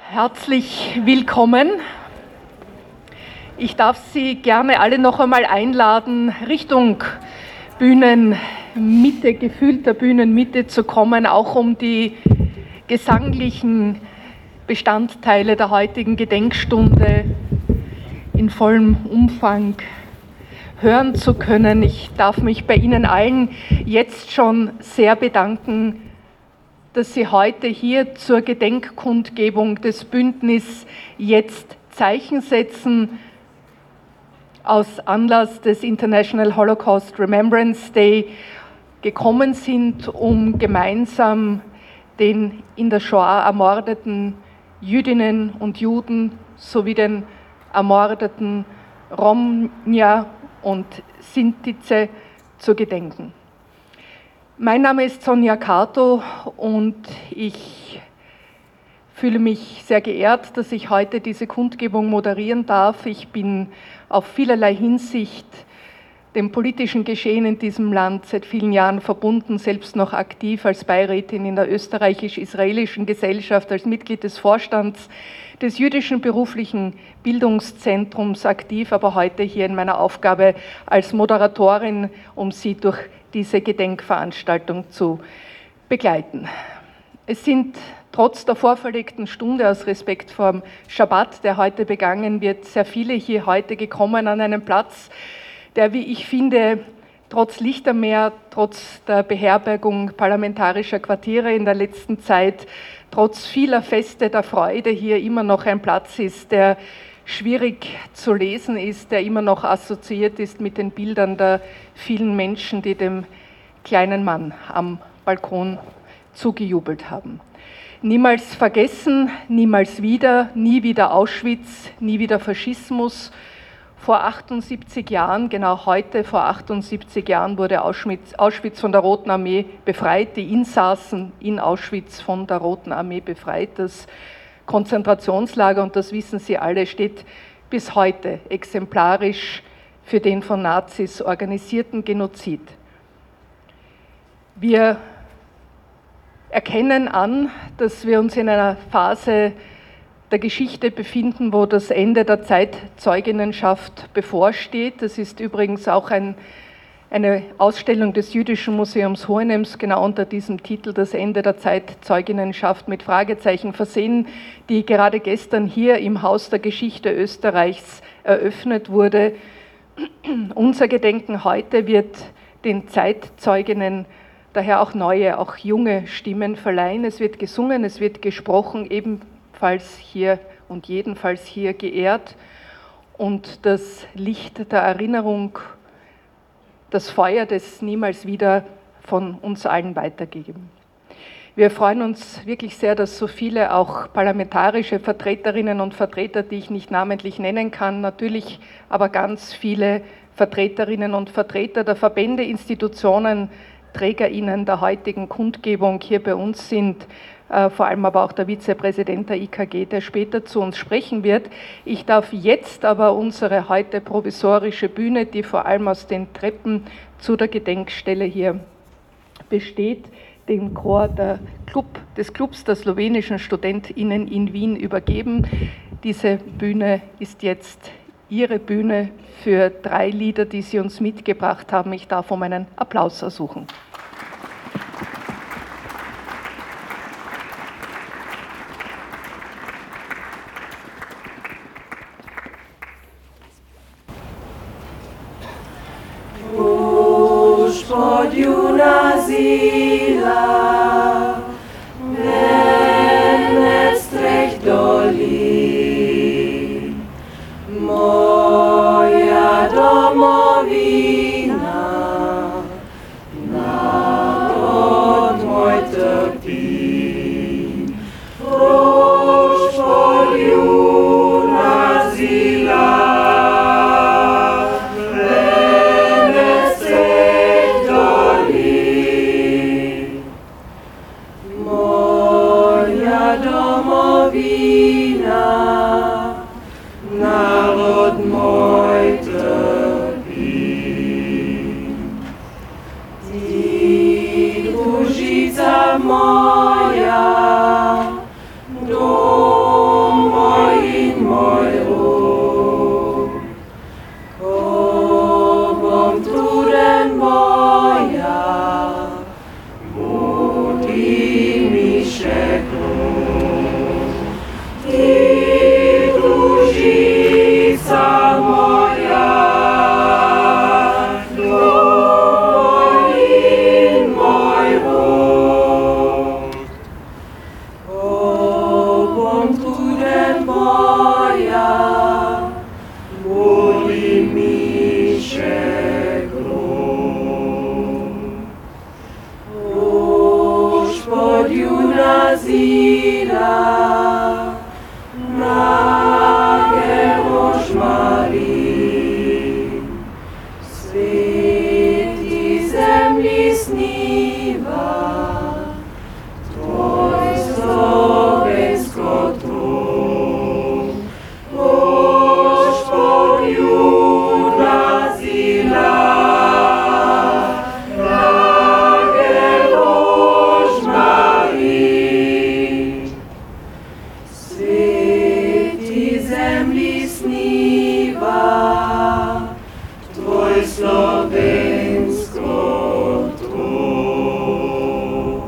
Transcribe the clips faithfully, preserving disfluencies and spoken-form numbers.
Herzlich willkommen. Ich darf Sie gerne alle noch einmal einladen, Richtung Bühnenmitte, gefühlter Bühnenmitte zu kommen, auch um die gesanglichen Bestandteile der heutigen Gedenkstunde in vollem Umfang hören zu können. Ich darf mich bei Ihnen allen jetzt schon sehr bedanken, dass Sie heute hier zur Gedenkkundgebung des Bündnis Jetzt Zeichen setzen, aus Anlass des International Holocaust Remembrance Day gekommen sind, um gemeinsam den in der Shoah ermordeten Jüdinnen und Juden sowie den ermordeten Romja und Sintize zu gedenken. Mein Name ist Sonja Kato und ich fühle mich sehr geehrt, dass ich heute diese Kundgebung moderieren darf. Ich bin auf vielerlei Hinsicht dem politischen Geschehen in diesem Land seit vielen Jahren verbunden, selbst noch aktiv als Beirätin in der österreichisch-israelischen Gesellschaft, als Mitglied des Vorstands des Jüdischen Beruflichen Bildungszentrums aktiv, aber heute hier in meiner Aufgabe als Moderatorin, um Sie durch diese Gedenkveranstaltung zu begleiten. Es sind trotz der vorverlegten Stunde aus Respekt vor dem Schabbat, der heute begangen wird, sehr viele hier heute gekommen an einen Platz, der, wie ich finde, trotz Lichtermeer, trotz der Beherbergung parlamentarischer Quartiere in der letzten Zeit, trotz vieler Feste der Freude hier immer noch ein Platz ist, der schwierig zu lesen ist, der immer noch assoziiert ist mit den Bildern der vielen Menschen, die dem kleinen Mann am Balkon zugejubelt haben. Niemals vergessen, niemals wieder, nie wieder Auschwitz, nie wieder Faschismus. Vor achtundsiebzig Jahren, genau heute vor achtundsiebzig Jahren, wurde Auschwitz, Auschwitz von der Roten Armee befreit, die Insassen in Auschwitz von der Roten Armee befreit. Das Konzentrationslager, und das wissen Sie alle, steht bis heute exemplarisch für den von Nazis organisierten Genozid. Wir erkennen an, dass wir uns in einer Phase der Geschichte befinden, wo das Ende der Zeitzeuginnenschaft bevorsteht. Das ist übrigens auch ein, eine Ausstellung des Jüdischen Museums Hohenems, genau unter diesem Titel, das Ende der Zeitzeuginnenschaft mit Fragezeichen versehen, die gerade gestern hier im Haus der Geschichte Österreichs eröffnet wurde. Unser Gedenken heute wird den Zeitzeuginnen daher auch neue, auch junge Stimmen verleihen. Es wird gesungen, es wird gesprochen, ebenfalls hier und jedenfalls hier geehrt. Und das Licht der Erinnerung, das Feuer des niemals wieder von uns allen weitergegeben. Wir freuen uns wirklich sehr, dass so viele auch parlamentarische Vertreterinnen und Vertreter, die ich nicht namentlich nennen kann, natürlich aber ganz viele Vertreterinnen und Vertreter der Verbände, Institutionen, TrägerInnen der heutigen Kundgebung hier bei uns sind, äh, vor allem aber auch der Vizepräsident der I K G, der später zu uns sprechen wird. Ich darf jetzt aber unsere heute provisorische Bühne, die vor allem aus den Treppen zu der Gedenkstelle hier besteht, dem Chor der Club, des Clubs der slowenischen StudentInnen in Wien übergeben. Diese Bühne ist jetzt Ihre Bühne für drei Lieder, die Sie uns mitgebracht haben. Ich darf um einen Applaus ersuchen. Gospodju nazila, venec treh dolin, moja domovina, narod moj trpi. Gospodju nazila, narod moj trpi. Ti družica moja, do písniva, tvoj Slovensko tvoj.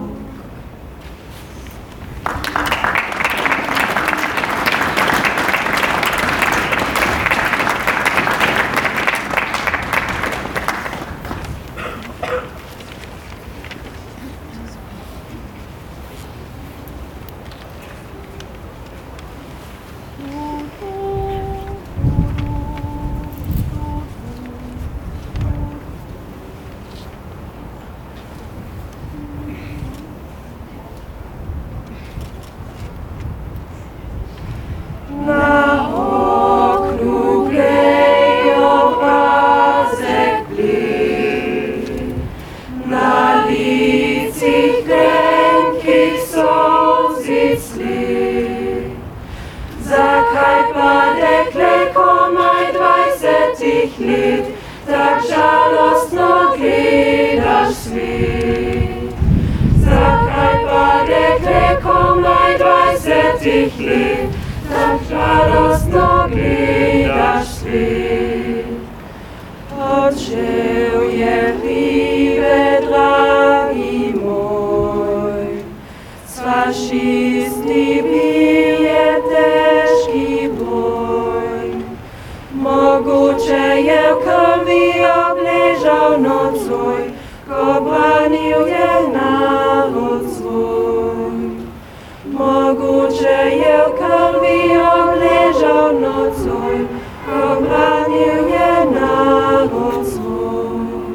Na oknu klej obrazek blik, na licih grenkih solzic slik. Zakaj pa dekle komaj dvajsetih let, tak žalostno gledaš svet? Zakaj pa dekle komaj dvajsetih let, tak žalostno gledaš svet? Odšel je hribe, dragi moj, s fašisti bil je težki boj. Mogoče je v krvi obležal nocoj, ko branil je narod svoj. Mogoče je v krvi obležal nocoj, ko branil je narod svoj.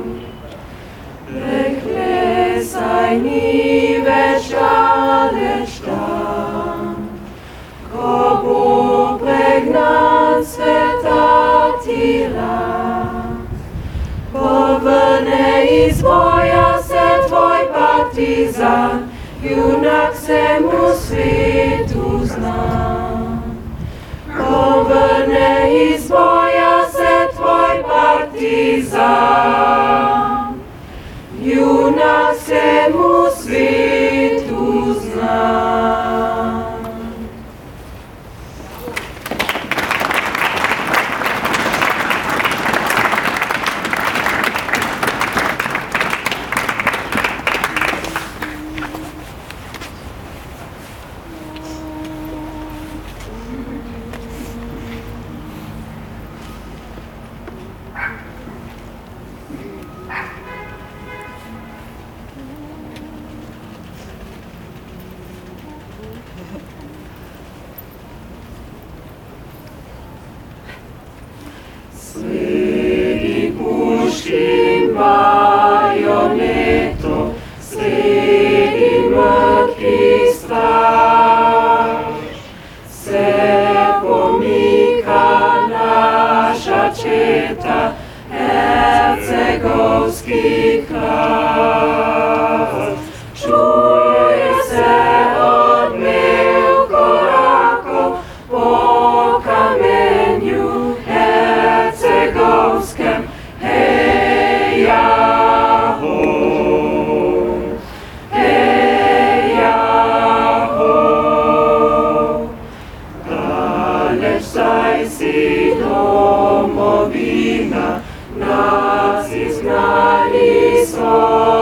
Rekle, saj ni več daleč dan, ko bo pregnan sveta tiran. Povrne iz boja se tvoj partizan, junak se mu svetu zna. Povrne iz boja se tvoj partizan, junak se mu svetu zna. Sredi puščin bajoneto, sredi mrtvih straž, se pomika naša četa, hercegovski kralj. Čuje se odmev korakov po kamenju hercegovskem. Hej, jaho, hej, jaho, daleč saj si domovina, nas izgnali so.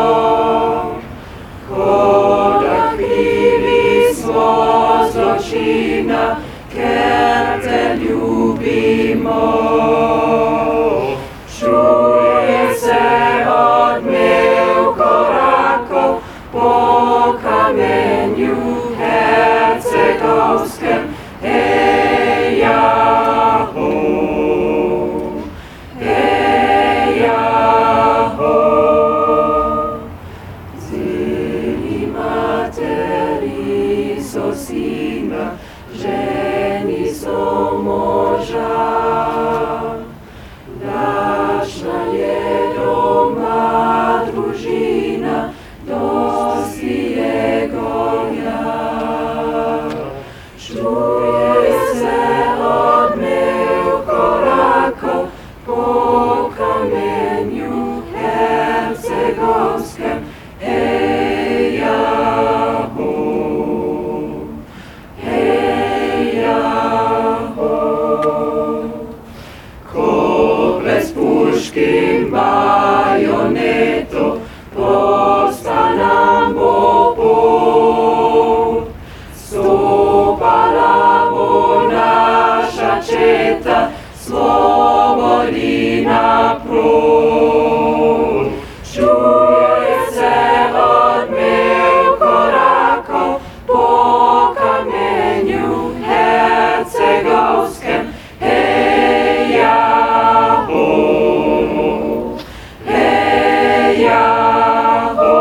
Koda krivi smo zločina, ker te ljubimo. Čuje se odmev korakov po kamenju hercegovskem. Hej, jaho, hej, jaho, zeli materi so sina, ženi so moža. Dašna je doma družina, dosti je gorja. Čuje se odmev korakov po kamenju hercegovskem. Hej, jaho, hej, jaho. Skin baioneto postanam popo. Stopala nasza četa, slobodina pró. Čuje se odmev korakov po kamenju hercegovskem. Hej, jaho, hej, jaho.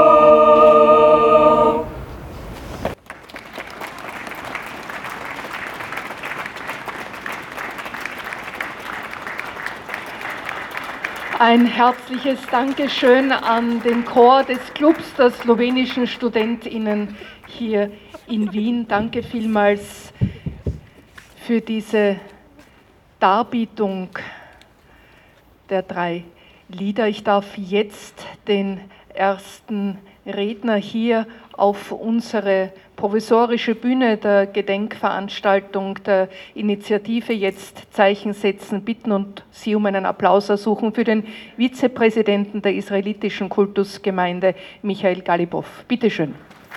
Ein herzliches Dankeschön an den Chor des Clubs der slowenischen StudentInnen hier in Wien. Danke vielmals für diese Darbietung der drei Lieder. Ich darf jetzt den ersten Redner hier auf unsere provisorische Bühne der Gedenkveranstaltung der Initiative jetzt Zeichen setzen, bitten und Sie um einen Applaus ersuchen für den Vizepräsidenten der israelitischen Kultusgemeinde, Michael Galibov. Bitte schön.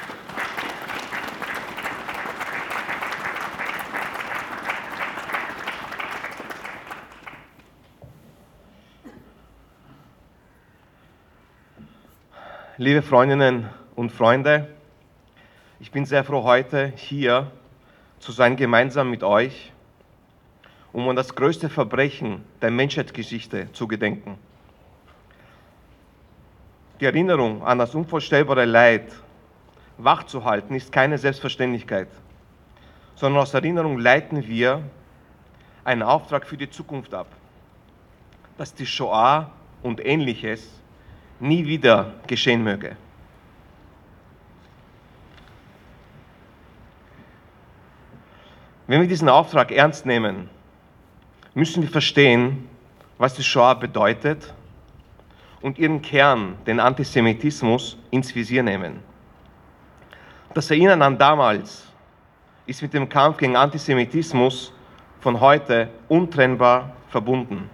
Liebe Freundinnen und Freunde, ich bin sehr froh, heute hier zu sein, gemeinsam mit euch, um an das größte Verbrechen der Menschheitsgeschichte zu gedenken. Die Erinnerung an das unvorstellbare Leid wachzuhalten, ist keine Selbstverständlichkeit, sondern aus Erinnerung leiten wir einen Auftrag für die Zukunft ab, dass die Shoah und Ähnliches nie wieder geschehen möge. Wenn wir diesen Auftrag ernst nehmen, müssen wir verstehen, was die Shoah bedeutet und ihren Kern, den Antisemitismus, ins Visier nehmen. Das Erinnern an damals ist mit dem Kampf gegen Antisemitismus von heute untrennbar verbunden.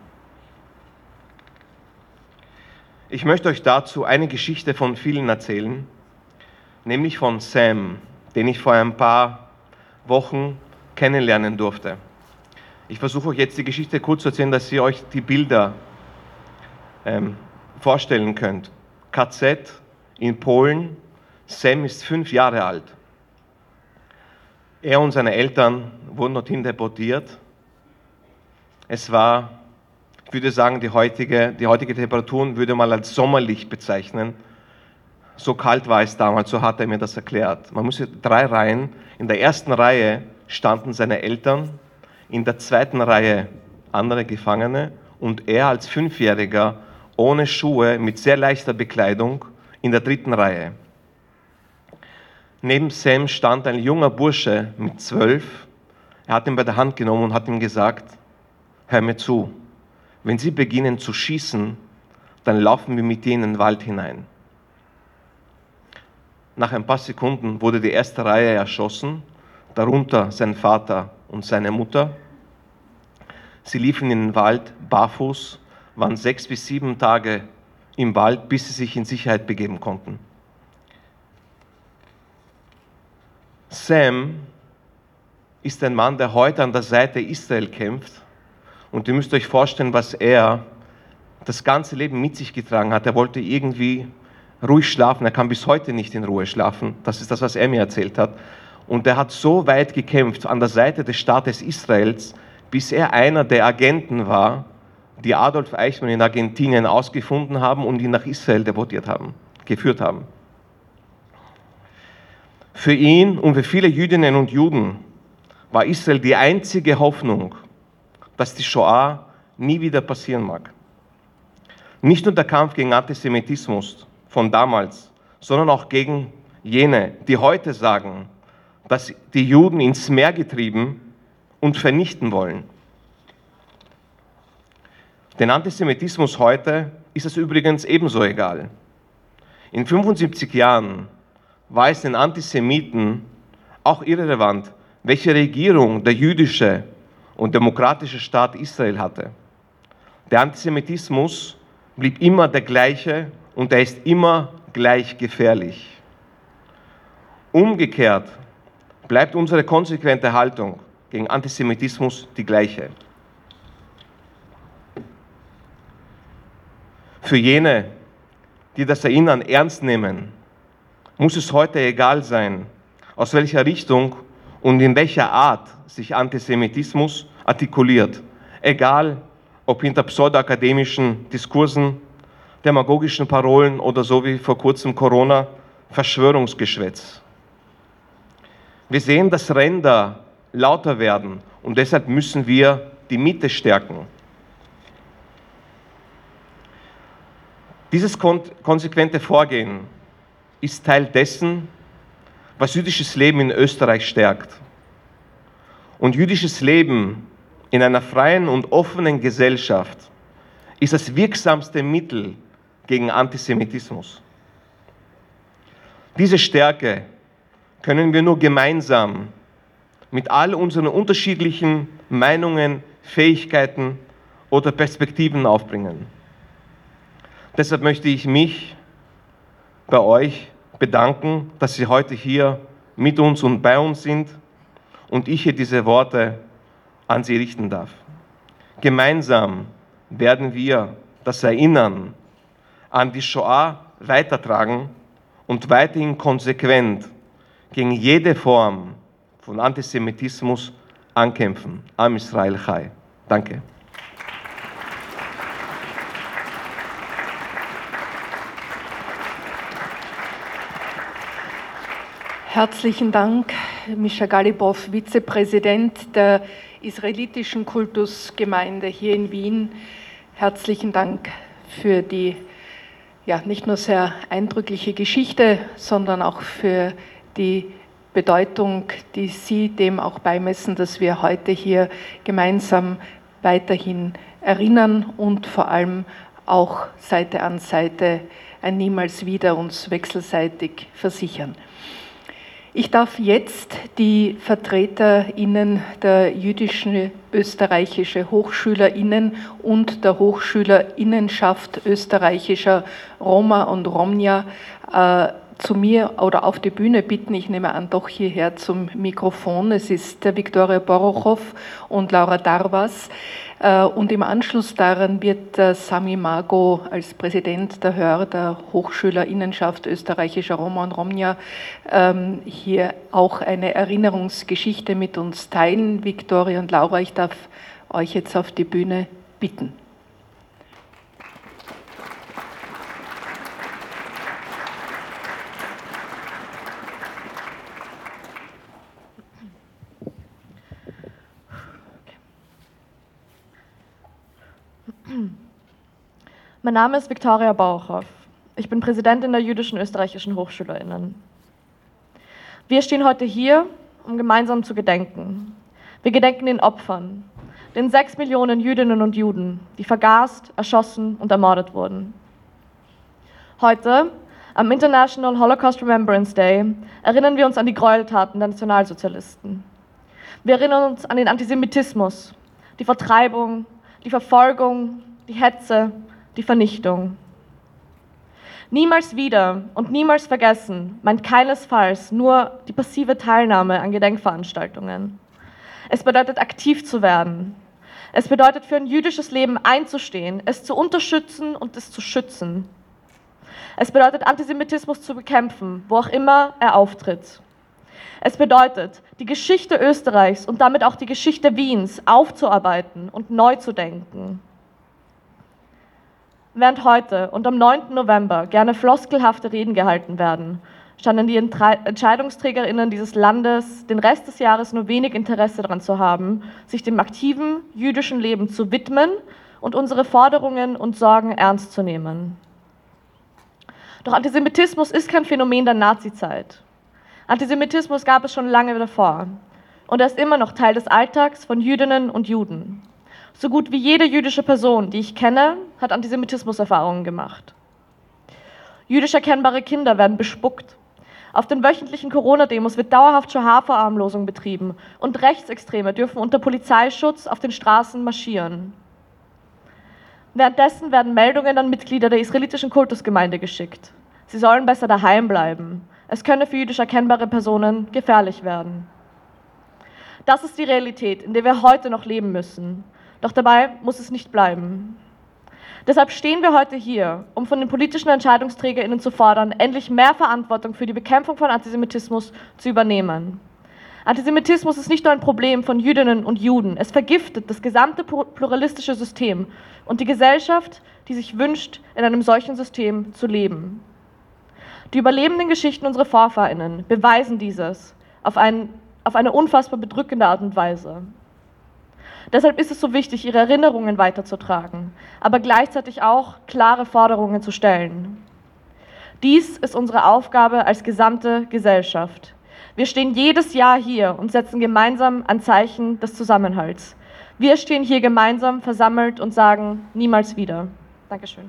Ich möchte euch dazu eine Geschichte von vielen erzählen, nämlich von Sam, den ich vor ein paar Wochen kennenlernen durfte. Ich versuche euch jetzt die Geschichte kurz zu erzählen, dass ihr euch die Bilder ähm, vorstellen könnt. K Z in Polen, Sam ist fünf Jahre alt. Er und seine Eltern wurden dorthin deportiert. Es war, ich würde sagen, die heutige, die heutige Temperaturen würde man als sommerlich bezeichnen. So kalt war es damals, so hat er mir das erklärt. Man musste drei Reihen, in der ersten Reihe standen seine Eltern, in der zweiten Reihe andere Gefangene und er als Fünfjähriger ohne Schuhe mit sehr leichter Bekleidung in der dritten Reihe. Neben Sam stand ein junger Bursche mit zwölf. Er hat ihn bei der Hand genommen und hat ihm gesagt: Hör mir zu, wenn Sie beginnen zu schießen, dann laufen wir mit dir in den Wald hinein. Nach ein paar Sekunden wurde die erste Reihe erschossen, darunter sein Vater und seine Mutter. Sie liefen in den Wald barfuß, waren sechs bis sieben Tage im Wald, bis sie sich in Sicherheit begeben konnten. Sam ist ein Mann, der heute an der Seite Israel kämpft. Und ihr müsst euch vorstellen, was er das ganze Leben mit sich getragen hat. Er wollte irgendwie ruhig schlafen. Er kann bis heute nicht in Ruhe schlafen. Das ist das, was er mir erzählt hat. Und er hat so weit gekämpft an der Seite des Staates Israels, bis er einer der Agenten war, die Adolf Eichmann in Argentinien ausgefunden haben und ihn nach Israel deportiert haben, geführt haben. Für ihn und für viele Jüdinnen und Juden war Israel die einzige Hoffnung, dass die Shoah nie wieder passieren mag. Nicht nur der Kampf gegen Antisemitismus von damals, sondern auch gegen jene, die heute sagen, dass die Juden ins Meer getrieben und vernichten wollen. Den Antisemitismus heute ist es übrigens ebenso egal. In fünfundsiebzig Jahren war es den Antisemiten auch irrelevant, welche Regierung der jüdische und demokratische Staat Israel hatte. Der Antisemitismus blieb immer der gleiche und er ist immer gleich gefährlich. Umgekehrt bleibt unsere konsequente Haltung gegen Antisemitismus die gleiche. Für jene, die das Erinnern ernst nehmen, muss es heute egal sein, aus welcher Richtung und in welcher Art sich Antisemitismus artikuliert. Egal, ob hinter pseudoakademischen Diskursen, demagogischen Parolen oder so wie vor kurzem Corona, Verschwörungsgeschwätz. Wir sehen, dass Ränder lauter werden und deshalb müssen wir die Mitte stärken. Dieses konsequente Vorgehen ist Teil dessen, was jüdisches Leben in Österreich stärkt. Und jüdisches Leben in einer freien und offenen Gesellschaft ist das wirksamste Mittel gegen Antisemitismus. Diese Stärke können wir nur gemeinsam mit all unseren unterschiedlichen Meinungen, Fähigkeiten oder Perspektiven aufbringen. Deshalb möchte ich mich bei euch bedanken, dass Sie heute hier mit uns und bei uns sind und ich hier diese Worte an Sie richten darf. Gemeinsam werden wir das Erinnern an die Shoah weitertragen und weiterhin konsequent gegen jede Form von Antisemitismus ankämpfen. Am Israel Chai. Danke. Herzlichen Dank, Mischa Galibov, Vizepräsident der israelitischen Kultusgemeinde hier in Wien. Herzlichen Dank für die ja, nicht nur sehr eindrückliche Geschichte, sondern auch für die Bedeutung, die Sie dem auch beimessen, dass wir heute hier gemeinsam weiterhin erinnern und vor allem auch Seite an Seite ein Niemals wieder uns wechselseitig versichern. Ich darf jetzt die VertreterInnen der jüdischen österreichische HochschülerInnen und der HochschülerInnenschaft österreichischer Roma und Romnia äh, zu mir oder auf die Bühne bitten. Ich nehme an, doch hierher zum Mikrofon. Es ist der Viktoria Borochow und Laura Darvas. Und im Anschluss daran wird Sami Mago als Präsident der Hör, der HochschülerInnenschaft österreichischer Roma und Romnia, hier auch eine Erinnerungsgeschichte mit uns teilen. Viktoria und Laura, ich darf euch jetzt auf die Bühne bitten. Mein Name ist Viktoria Borochow. Ich bin Präsidentin der jüdischen österreichischen HochschülerInnen. Wir stehen heute hier, um gemeinsam zu gedenken. Wir gedenken den Opfern, den sechs Millionen Jüdinnen und Juden, die vergast, erschossen und ermordet wurden. Heute, am International Holocaust Remembrance Day, erinnern wir uns an die Gräueltaten der Nationalsozialisten. Wir erinnern uns an den Antisemitismus, die Vertreibung, die Verfolgung, die Hetze, die Vernichtung. Niemals wieder und niemals vergessen meint keinesfalls nur die passive Teilnahme an Gedenkveranstaltungen. Es bedeutet, aktiv zu werden. Es bedeutet, für ein jüdisches Leben einzustehen, es zu unterstützen und es zu schützen. Es bedeutet, Antisemitismus zu bekämpfen, wo auch immer er auftritt. Es bedeutet, die Geschichte Österreichs und damit auch die Geschichte Wiens aufzuarbeiten und neu zu denken. Während heute und am neunten November gerne floskelhafte Reden gehalten werden, standen die EntscheidungsträgerInnen dieses Landes den Rest des Jahres nur wenig Interesse daran zu haben, sich dem aktiven jüdischen Leben zu widmen und unsere Forderungen und Sorgen ernst zu nehmen. Doch Antisemitismus ist kein Phänomen der Nazizeit. Antisemitismus gab es schon lange davor und er ist immer noch Teil des Alltags von Jüdinnen und Juden. So gut wie jede jüdische Person, die ich kenne, hat Antisemitismus-Erfahrungen gemacht. Jüdisch erkennbare Kinder werden bespuckt. Auf den wöchentlichen Corona-Demos wird dauerhaft Schah-Verarmlosung betrieben und Rechtsextreme dürfen unter Polizeischutz auf den Straßen marschieren. Währenddessen werden Meldungen an Mitglieder der israelitischen Kultusgemeinde geschickt. Sie sollen besser daheim bleiben. Es könne für jüdisch erkennbare Personen gefährlich werden. Das ist die Realität, in der wir heute noch leben müssen. Doch dabei muss es nicht bleiben. Deshalb stehen wir heute hier, um von den politischen EntscheidungsträgerInnen zu fordern, endlich mehr Verantwortung für die Bekämpfung von Antisemitismus zu übernehmen. Antisemitismus ist nicht nur ein Problem von Jüdinnen und Juden, es vergiftet das gesamte pluralistische System und die Gesellschaft, die sich wünscht, in einem solchen System zu leben. Die überlebenden Geschichten unserer VorfahrInnen beweisen dieses auf, ein, auf eine unfassbar bedrückende Art und Weise. Deshalb ist es so wichtig, ihre Erinnerungen weiterzutragen, aber gleichzeitig auch klare Forderungen zu stellen. Dies ist unsere Aufgabe als gesamte Gesellschaft. Wir stehen jedes Jahr hier und setzen gemeinsam ein Zeichen des Zusammenhalts. Wir stehen hier gemeinsam versammelt und sagen, niemals wieder. Dankeschön.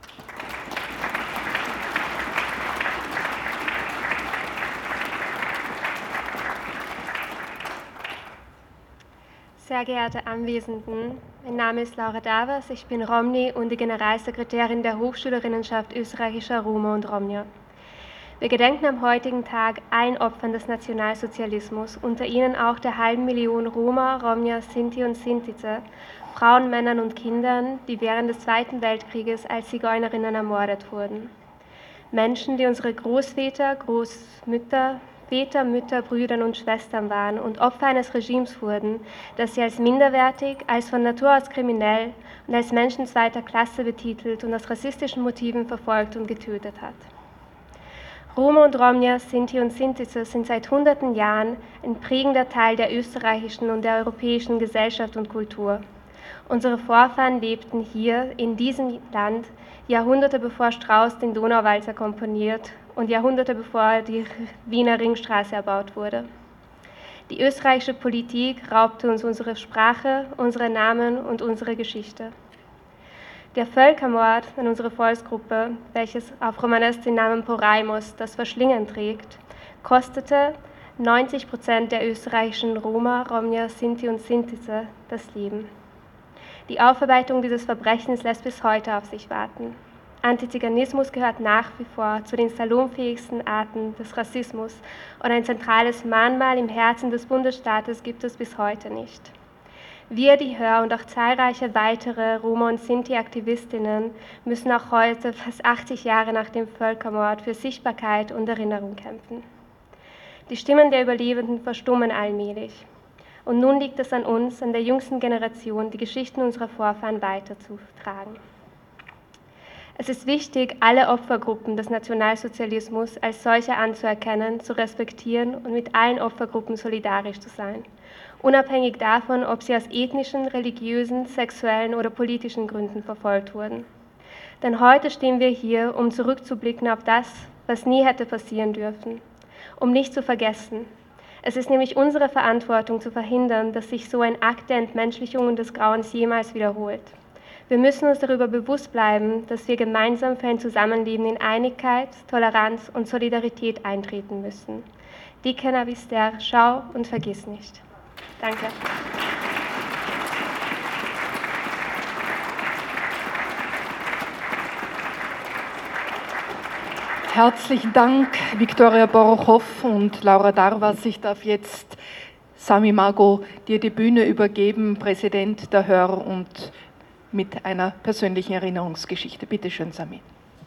Sehr geehrte Anwesenden, mein Name ist Laura Davas, ich bin Romni und die Generalsekretärin der Hochschülerinnenschaft österreichischer Roma und Romja. Wir gedenken am heutigen Tag allen Opfern des Nationalsozialismus, unter ihnen auch der halben Million Roma, Romja, Sinti und Sintize, Frauen, Männern und Kindern, die während des Zweiten Weltkrieges als Zigeunerinnen ermordet wurden. Menschen, die unsere Großväter, Großmütter, Väter, Mütter, Brüder und Schwestern waren und Opfer eines Regimes wurden, das sie als minderwertig, als von Natur aus kriminell und als Menschen zweiter Klasse betitelt und aus rassistischen Motiven verfolgt und getötet hat. Roma und Romja, Sinti und Sintize sind seit hunderten Jahren ein prägender Teil der österreichischen und der europäischen Gesellschaft und Kultur. Unsere Vorfahren lebten hier in diesem Land Jahrhunderte bevor Strauss den Donauwalzer komponiert und Jahrhunderte bevor die Wiener Ringstraße erbaut wurde. Die österreichische Politik raubte uns unsere Sprache, unsere Namen und unsere Geschichte. Der Völkermord an unsere Volksgruppe, welches auf Romanes den Namen Poraimus, das Verschlingen trägt, kostete neunzig Prozent der österreichischen Roma, Romja, Sinti und Sintize das Leben. Die Aufarbeitung dieses Verbrechens lässt bis heute auf sich warten. Antiziganismus gehört nach wie vor zu den salonfähigsten Arten des Rassismus und ein zentrales Mahnmal im Herzen des Bundesstaates gibt es bis heute nicht. Wir, die Hör und auch zahlreiche weitere Roma- und Sinti-Aktivistinnen müssen auch heute, fast achtzig Jahre nach dem Völkermord, für Sichtbarkeit und Erinnerung kämpfen. Die Stimmen der Überlebenden verstummen allmählich. Und nun liegt es an uns, an der jüngsten Generation, die Geschichten unserer Vorfahren weiterzutragen. Es ist wichtig, alle Opfergruppen des Nationalsozialismus als solche anzuerkennen, zu respektieren und mit allen Opfergruppen solidarisch zu sein, unabhängig davon, ob sie aus ethnischen, religiösen, sexuellen oder politischen Gründen verfolgt wurden. Denn heute stehen wir hier, um zurückzublicken auf das, was nie hätte passieren dürfen, um nicht zu vergessen. Es ist nämlich unsere Verantwortung zu verhindern, dass sich so ein Akt der Entmenschlichung und des Grauens jemals wiederholt. Wir müssen uns darüber bewusst bleiben, dass wir gemeinsam für ein Zusammenleben in Einigkeit, Toleranz und Solidarität eintreten müssen. Dikena Vister, schau und vergiss nicht. Danke. Herzlichen Dank, Viktoria Borochow und Laura Darvas. Ich darf jetzt Sami Mago dir die Bühne übergeben, Präsident der Hör und mit einer persönlichen Erinnerungsgeschichte. Bitte schön, Sami.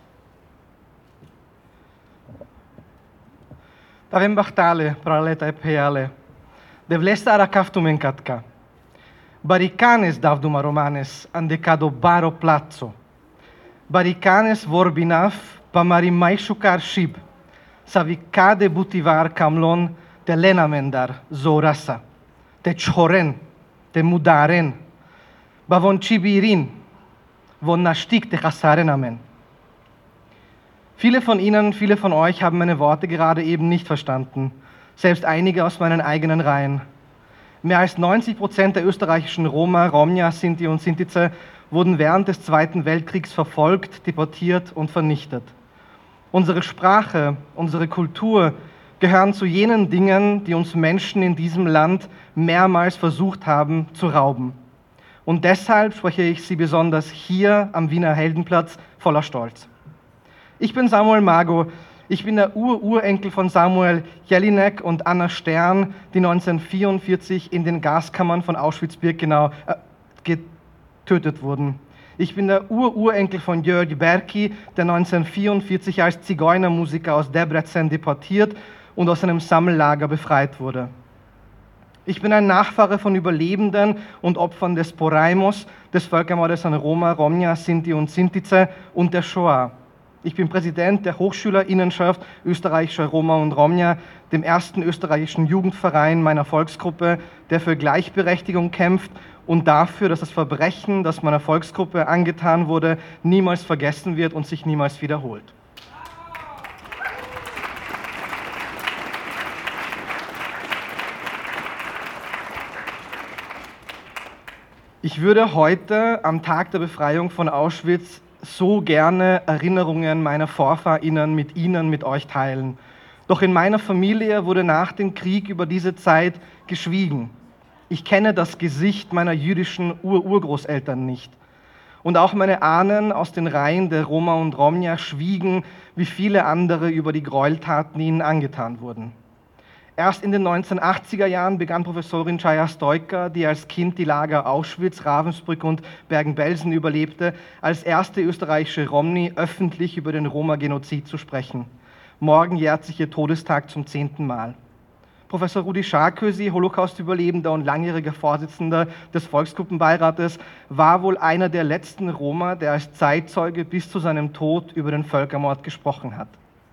Tavem bachtale, praleta e peale, devlesta arakaftumen katka. Baricanes davduma romanes, andecado baro plazzo. Baricanes vorbinaf, pamari maishukar shib, savikade butivar kamlon, te lenamendar, zorasa, te choren, te mudaren, bavon chibirin, von nastik te chasaren amen. Viele von Ihnen, viele von euch haben meine Worte gerade eben nicht verstanden, selbst einige aus meinen eigenen Reihen. Mehr als neunzig Prozent der österreichischen Roma, Romja, Sinti und Sintize wurden während des Zweiten Weltkriegs verfolgt, deportiert und vernichtet. Unsere Sprache, unsere Kultur gehören zu jenen Dingen, die uns Menschen in diesem Land mehrmals versucht haben zu rauben. Und deshalb spreche ich sie besonders hier am Wiener Heldenplatz voller Stolz. Ich bin Samuel Mago. Ich bin der Ur-Urenkel von Samuel Jelinek und Anna Stern, die neunzehnhundertvierundvierzig in den Gaskammern von Auschwitz-Birkenau äh, getötet wurden. Ich bin der Ur-Urenkel von György Berki, der neunzehnhundertvierundvierzig als Zigeunermusiker aus Debrecen deportiert und aus einem Sammellager befreit wurde. Ich bin ein Nachfahre von Überlebenden und Opfern des Poraimos, des Völkermordes an Roma, Romja, Sinti und Sintize und der Shoah. Ich bin Präsident der Hochschülerinnenschaft österreichischer Roma und Romja, dem ersten österreichischen Jugendverein meiner Volksgruppe, der für Gleichberechtigung kämpft und dafür, dass das Verbrechen, das meiner Volksgruppe angetan wurde, niemals vergessen wird und sich niemals wiederholt. Ich würde heute am Tag der Befreiung von Auschwitz so gerne Erinnerungen meiner VorfahrInnen mit Ihnen, mit euch teilen. Doch in meiner Familie wurde nach dem Krieg über diese Zeit geschwiegen. Ich kenne das Gesicht meiner jüdischen Ur-Urgroßeltern nicht. Und auch meine Ahnen aus den Reihen der Roma und Romja schwiegen, wie viele andere, über die Gräueltaten, die ihnen angetan wurden. Erst in den neunzehnhundertachtziger Jahren begann Professorin Chaya Stoica, die als Kind die Lager Auschwitz, Ravensbrück und Bergen-Belsen überlebte, als erste österreichische Romni öffentlich über den Roma-Genozid zu sprechen. Morgen jährt sich ihr Todestag zum zehnten Mal. Professor Rudi Sarkozy, Holocaust-Überlebender und langjähriger Vorsitzender des Volksgruppenbeirates, war wohl einer der letzten Roma, der als Zeitzeuge bis zu seinem Tod über den Völkermord gesprochen hat.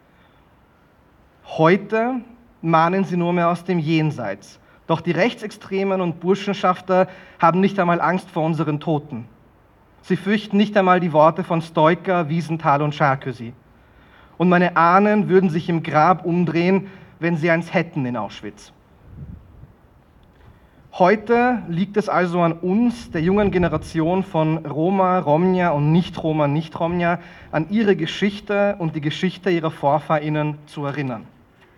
Heute mahnen sie nur mehr aus dem Jenseits. Doch die Rechtsextremen und Burschenschafter haben nicht einmal Angst vor unseren Toten. Sie fürchten nicht einmal die Worte von Stoica, Wiesenthal und Sarkozy. Und meine Ahnen würden sich im Grab umdrehen, wenn sie eins hätten in Auschwitz. Heute liegt es also an uns, der jungen Generation von Roma, Romja und Nicht-Roma, Nicht-Romja, an ihre Geschichte und die Geschichte ihrer VorfahrInnen zu erinnern.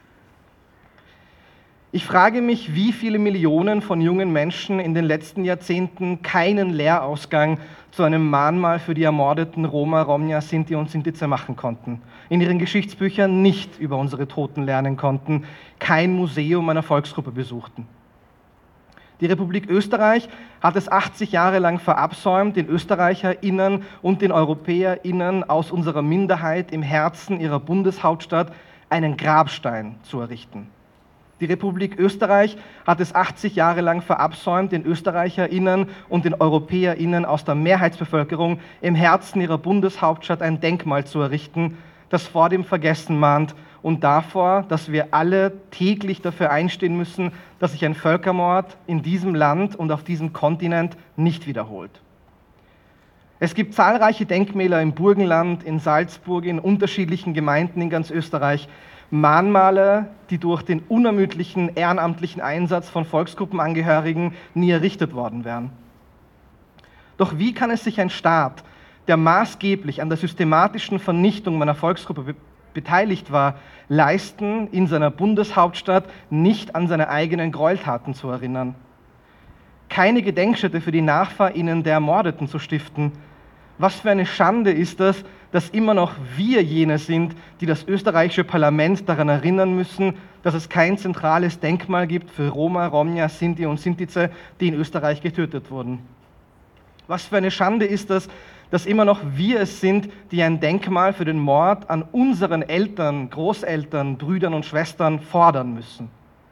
Ich frage mich, wie viele Millionen von jungen Menschen in den letzten Jahrzehnten keinen Lehrausgang zu einem Mahnmal für die ermordeten Roma, Romja, Sinti und Sintize machen konnten, in ihren Geschichtsbüchern nicht über unsere Toten lernen konnten, kein Museum einer Volksgruppe besuchten. Die Republik Österreich hat es achtzig Jahre lang verabsäumt, den ÖsterreicherInnen und den EuropäerInnen aus unserer Minderheit im Herzen ihrer Bundeshauptstadt einen Grabstein zu errichten. Die Republik Österreich hat es achtzig Jahre lang verabsäumt, den ÖsterreicherInnen und den EuropäerInnen aus der Mehrheitsbevölkerung im Herzen ihrer Bundeshauptstadt ein Denkmal zu errichten, das vor dem Vergessen mahnt und davor, dass wir alle täglich dafür einstehen müssen, dass sich ein Völkermord in diesem Land und auf diesem Kontinent nicht wiederholt. Es gibt zahlreiche Denkmäler im Burgenland, in Salzburg, in unterschiedlichen Gemeinden in ganz Österreich, Mahnmale, die durch den unermüdlichen ehrenamtlichen Einsatz von Volksgruppenangehörigen nie errichtet worden wären. Doch wie kann es sich ein Staat, der maßgeblich an der systematischen Vernichtung meiner Volksgruppe be- beteiligt war, leisten, in seiner Bundeshauptstadt nicht an seine eigenen Gräueltaten zu erinnern? Keine Gedenkstätte für die NachfahrInnen der Ermordeten zu stiften? Was für eine Schande ist das, dass immer noch wir jene sind, die das österreichische Parlament daran erinnern müssen, dass es kein zentrales Denkmal gibt für Roma, Romja, Sinti und Sintize, die in Österreich getötet wurden. Was für eine Schande ist das, dass immer noch wir es sind, die ein Denkmal für den Mord an unseren Eltern, Großeltern, Brüdern und Schwestern fordern müssen.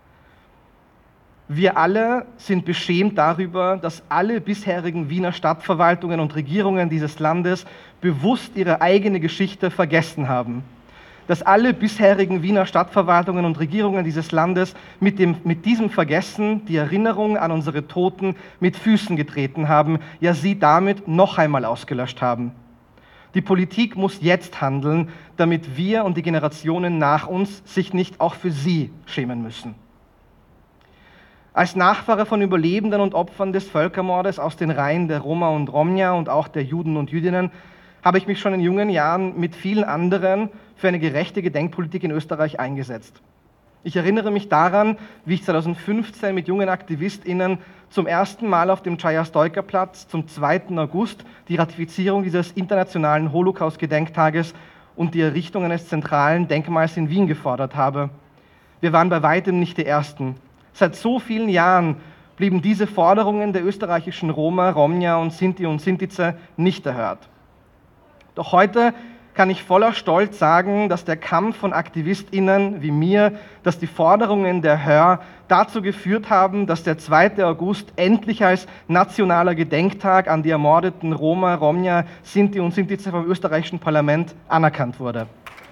Wir alle sind beschämt darüber, dass alle bisherigen Wiener Stadtverwaltungen und Regierungen dieses Landes bewusst ihre eigene Geschichte vergessen haben. Dass alle bisherigen Wiener Stadtverwaltungen und Regierungen dieses Landes mit, dem, mit diesem Vergessen die Erinnerung an unsere Toten mit Füßen getreten haben, ja sie damit noch einmal ausgelöscht haben. Die Politik muss jetzt handeln, damit wir und die Generationen nach uns sich nicht auch für sie schämen müssen. Als Nachfahre von Überlebenden und Opfern des Völkermordes aus den Reihen der Roma und Romja und auch der Juden und Jüdinnen habe ich mich schon in jungen Jahren mit vielen anderen für eine gerechte Gedenkpolitik in Österreich eingesetzt. Ich erinnere mich daran, wie ich zweitausendfünfzehn mit jungen AktivistInnen zum ersten Mal auf dem Chaya-Stoica-Platz zum zweiten August die Ratifizierung dieses internationalen Holocaust-Gedenktages und die Errichtung eines zentralen Denkmals in Wien gefordert habe. Wir waren bei weitem nicht die Ersten. Seit so vielen Jahren blieben diese Forderungen der österreichischen Roma, Romja und Sinti und Sintize nicht erhört. Doch heute kann ich voller Stolz sagen, dass der Kampf von AktivistInnen wie mir, dass die Forderungen der Hör dazu geführt haben, dass der zweite August endlich als nationaler Gedenktag an die ermordeten Roma, Romja, Sinti und Sintize vom österreichischen Parlament anerkannt wurde.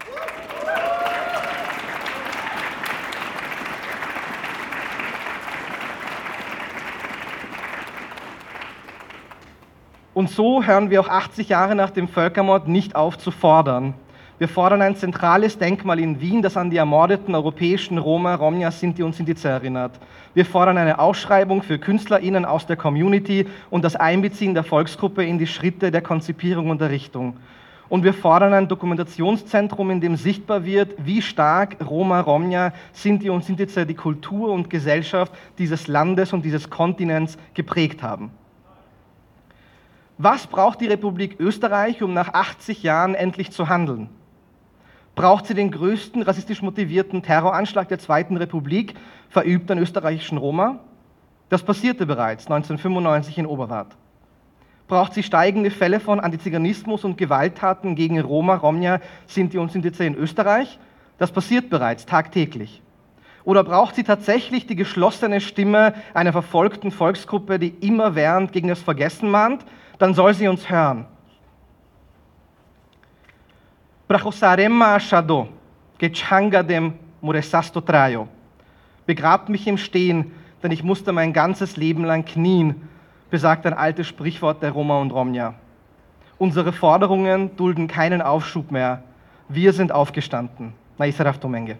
Und so hören wir auch achtzig Jahre nach dem Völkermord nicht auf zu fordern. Wir fordern ein zentrales Denkmal in Wien, das an die ermordeten europäischen Roma, Romja, Sinti und Sintize erinnert. Wir fordern eine Ausschreibung für KünstlerInnen aus der Community und das Einbeziehen der Volksgruppe in die Schritte der Konzipierung und Errichtung. Und wir fordern ein Dokumentationszentrum, in dem sichtbar wird, wie stark Roma, Romja, Sinti und Sintize die Kultur und Gesellschaft dieses Landes und dieses Kontinents geprägt haben. Was braucht die Republik Österreich, um nach achtzig Jahren endlich zu handeln? Braucht sie den größten rassistisch motivierten Terroranschlag der Zweiten Republik, verübt an österreichischen Roma? Das passierte bereits neunzehnhundertfünfundneunzig in Oberwart. Braucht sie steigende Fälle von Antiziganismus und Gewalttaten gegen Roma, Romja, Sinti und Sintize in Österreich? Das passiert bereits tagtäglich. Oder braucht sie tatsächlich die geschlossene Stimme einer verfolgten Volksgruppe, die immerwährend gegen das Vergessen mahnt? Dann soll sie uns hören. Brachosaremma ashado, gechangadem muresasto trayo. Begrabt mich im Stehen, denn ich musste mein ganzes Leben lang knien, besagt ein altes Sprichwort der Roma und Romja. Unsere Forderungen dulden keinen Aufschub mehr. Wir sind aufgestanden. Naisaraf Tomenge.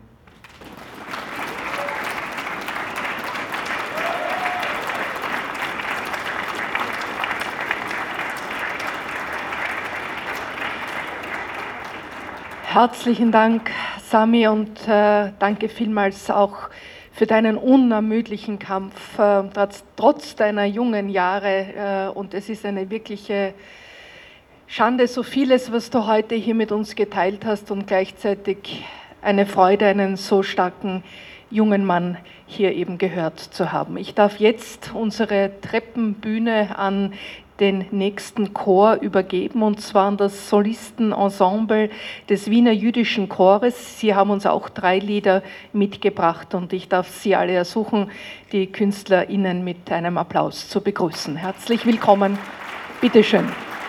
Herzlichen Dank, Sami, und äh, danke vielmals auch für deinen unermüdlichen Kampf, äh, trotz, trotz deiner jungen Jahre. Äh, und es ist eine wirkliche Schande, so vieles, was du heute hier mit uns geteilt hast, und gleichzeitig eine Freude, einen so starken jungen Mann hier eben gehört zu haben. Ich darf jetzt unsere Treppenbühne an den nächsten Chor übergeben, und zwar an das Solistenensemble des Wiener Jüdischen Chores. Sie haben uns auch drei Lieder mitgebracht, und ich darf Sie alle ersuchen, die KünstlerInnen mit einem Applaus zu begrüßen. Herzlich willkommen. Bitte schön.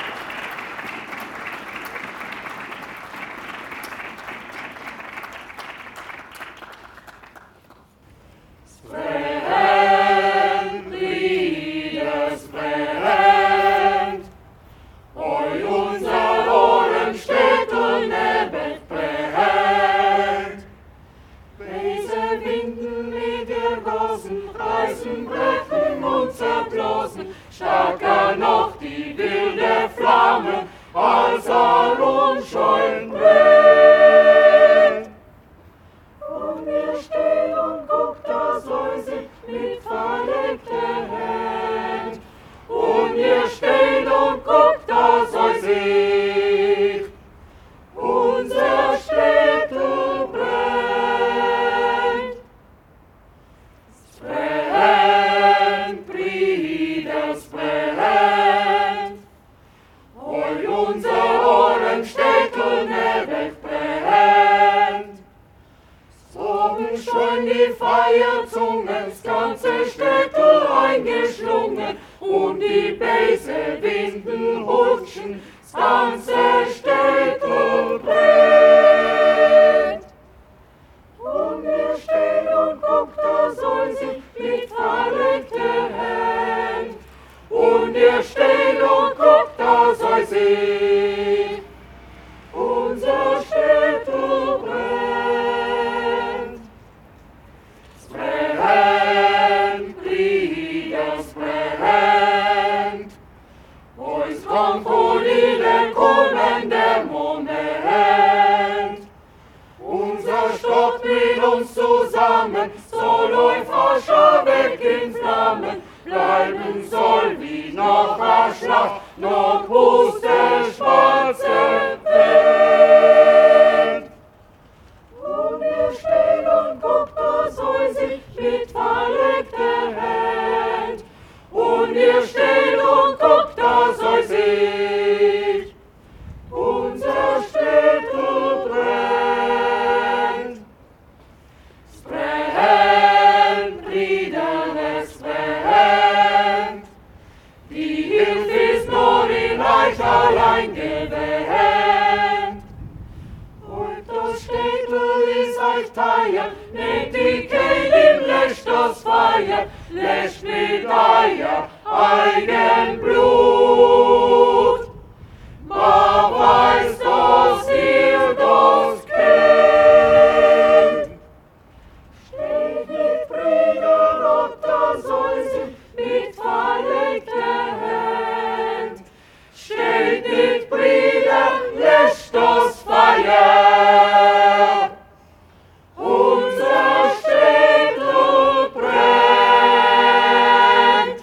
Stärker noch die wilde Flamme, als all unscheuen brennt. Und ihr steht und guckt, da soll sie mit verlegter Hand. Und ihr steht und guckt, da soll sie unser Städte brennt. Es brennt, Brüder, es brennt. Heu unser Ohrenstädtel ne wegbrennt. Sorgen schon die Feierzungen, das ganze Städtel eingeschlungen, und die Bäse Winden hutschen, das ganze Städtel brennt. Und ihr steht und guckt, da soll sie mit verlegter Hand. Und ihr steht und guckt, da soll sie unser Städtel brennt. Es brennt, Brüder, es brennt. Heus kommt Colline, kommen der Moment. Unser Stock mit uns zusammen, so läuft Ascher weg in Flammen. bleiben soll wie noch a Schlacht, noch puste schwarze Welt. Und er steht und guckt, da soll sich mit verlegter Hand. Und er steht und guckt, da soll sich unser Städtel brennt. Es brennt, Brüder, es brennt. Die Hilfe ist nur in euch allein gewähnt. Und das Städtel ist euch teuer, nehmt die Kehle, löscht das Feuer, löscht mit euer eigen Blut. Man weiß, dass ihr das kennt. Steht nicht, Brüder, ob da soll sich mit verlegter Hand. Steht nicht, Brüder, löscht das Feuer. Unser Städtel brennt.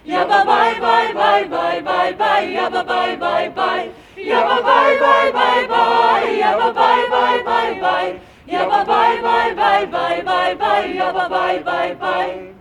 Yabba bye bye bye bye bye bye, yabba bye bye bye, yabba bye bye bye bye, yabba bye bye bye bye, yabba bye bye bye bye bye bye, yabba bye bye bye.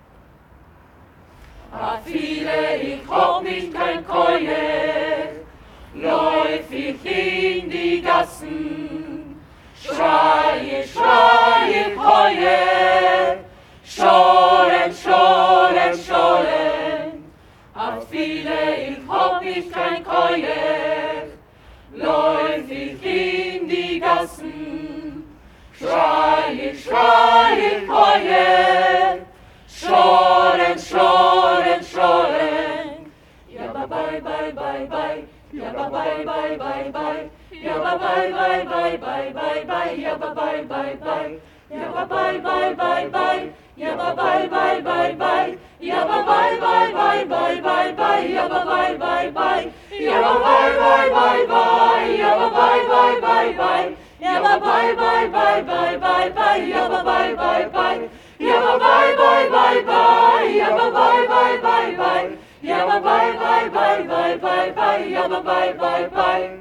A viele, ich hab nicht kein Keule, läuf ich in die Gassen, schreie, schreie, heue, scholen, scholen, scholen. A viele, ich hab nicht kein Keule, läuf ich in die Gassen, schreie, schreie, heue, scholen, scholen, scholen. Yabba bye bye bye bye, yabba bye bye bye bye, yabba bye bye bye bye bye bye, yabba bye bye bye, yabba bye bye bye bye, yabba bye bye bye bye, yabba bye bye bye bye bye bye, yabba bye bye bye, yabba bye bye bye bye, yabba bye bye bye bye, yabba bye bye bye bye bye bye, yabba bye bye bye, yabba bye bye bye bye, yabba bye bye bye bye, yabba bye bye bye bye bye bye, yabba bye bye bye.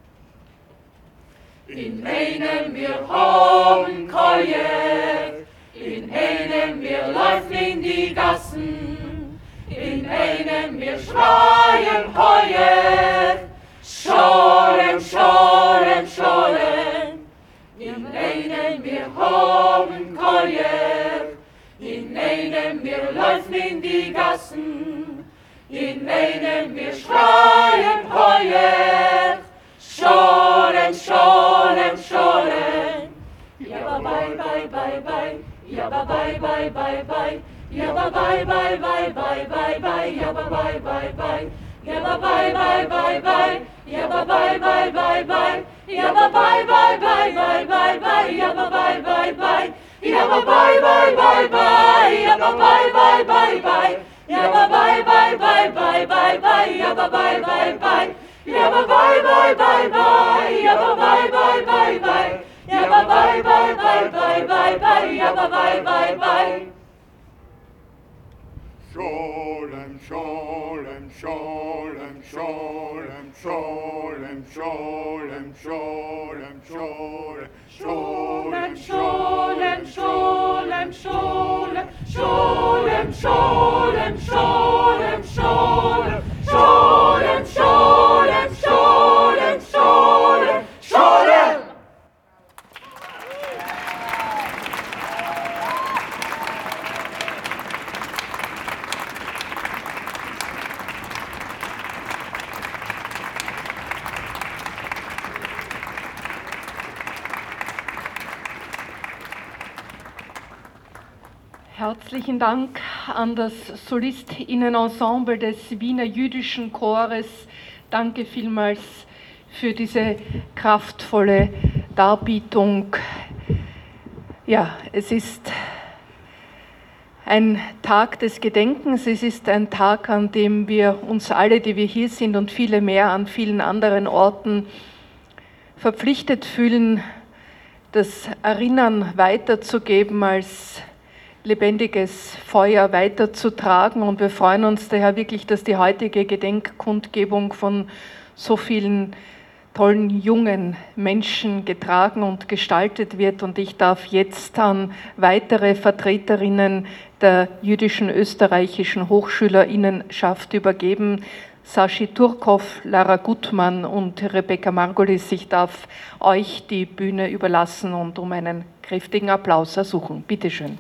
In einem wir haben Keule, in einem wir laufen in die Gassen, in einem wir schreien Heue, scholen, scholen, scholen. In einem wir haben Keule, in einem wir laufen in die Gassen, in einem wir schreien Heue, scholen, scholen, scholen. Yabba bye bye bye bye, yabba bye bye bye bye, yabba bye bye bye bye bye bye, yabba bye bye bye, yabba bye bye bye bye, yabba bye bye bye bye, yabba bye bye bye bye bye bye, yabba bye bye bye, yabba bye bye bye bye, yabba bye bye bye bye, yabba bye bye bye bye bye bye, yabba bye bye bye, yabba bye bye bye bye, yabba bye bye bye bye, yabba bye bye bye bye bye bye, yabba bye bye bye. Scholem, scholem, scholem, scholem, scholem, scholem, scholem, scholem, Scholem, scholem, scholem, scholem, scholem, scholem, scholem, scholem, scholem, scholem, scholem, scholem, scholem. Herzlichen Dank an das Solistinnenensemble des Wiener Jüdischen Chores. Danke vielmals für diese kraftvolle Darbietung. Ja, es ist ein Tag des Gedenkens, es ist ein Tag, an dem wir uns alle, die wir hier sind und viele mehr an vielen anderen Orten verpflichtet fühlen, das Erinnern weiterzugeben, als lebendiges Feuer weiterzutragen. Und wir freuen uns daher wirklich, dass die heutige Gedenkkundgebung von so vielen tollen jungen Menschen getragen und gestaltet wird. Und ich darf jetzt an weitere Vertreterinnen der jüdischen österreichischen Hochschülerinnenschaft übergeben. Sashi Turkov, Lara Gutmann und Rebecca Margolis. Ich darf euch die Bühne überlassen und um einen kräftigen Applaus ersuchen. Bitte schön.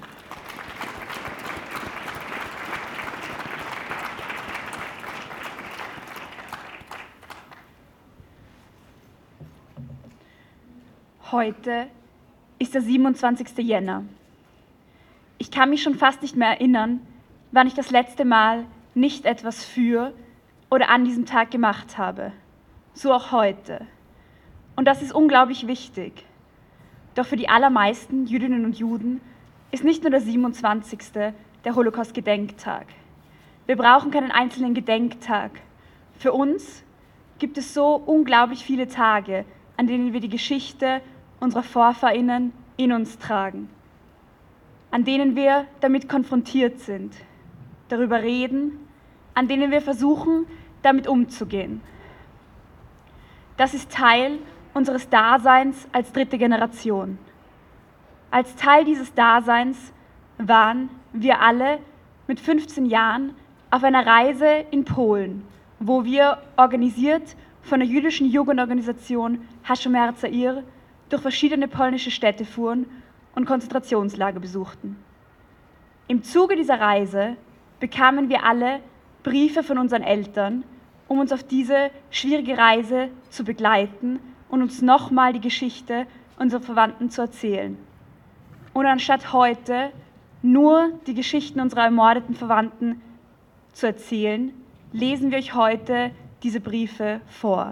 Heute ist der siebenundzwanzigste Jänner. Ich kann mich schon fast nicht mehr erinnern, wann ich das letzte Mal nicht etwas für oder an diesem Tag gemacht habe. So auch heute. Und das ist unglaublich wichtig. Doch für die allermeisten Jüdinnen und Juden ist nicht nur der siebenundzwanzigste der Holocaust-Gedenktag. Wir brauchen keinen einzelnen Gedenktag. Für uns gibt es so unglaublich viele Tage, an denen wir die Geschichte unserer VorfahrInnen in uns tragen, an denen wir damit konfrontiert sind, darüber reden, an denen wir versuchen, damit umzugehen. Das ist Teil unseres Daseins als dritte Generation. Als Teil dieses Daseins waren wir alle mit fünfzehn Jahren auf einer Reise in Polen, wo wir organisiert von der jüdischen Jugendorganisation Hashomer Zair durch verschiedene polnische Städte fuhren und Konzentrationslager besuchten. Im Zuge dieser Reise bekamen wir alle Briefe von unseren Eltern, um uns auf diese schwierige Reise zu begleiten und uns nochmal die Geschichte unserer Verwandten zu erzählen. Und anstatt heute nur die Geschichten unserer ermordeten Verwandten zu erzählen, lesen wir euch heute diese Briefe vor.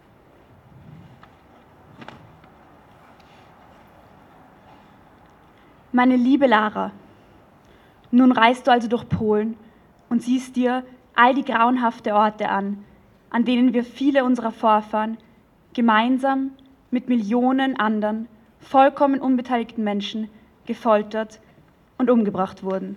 Meine liebe Lara, nun reist du also durch Polen und siehst dir all die grauenhaften Orte an, an denen wir viele unserer Vorfahren gemeinsam mit Millionen anderen, vollkommen unbeteiligten Menschen gefoltert und umgebracht wurden.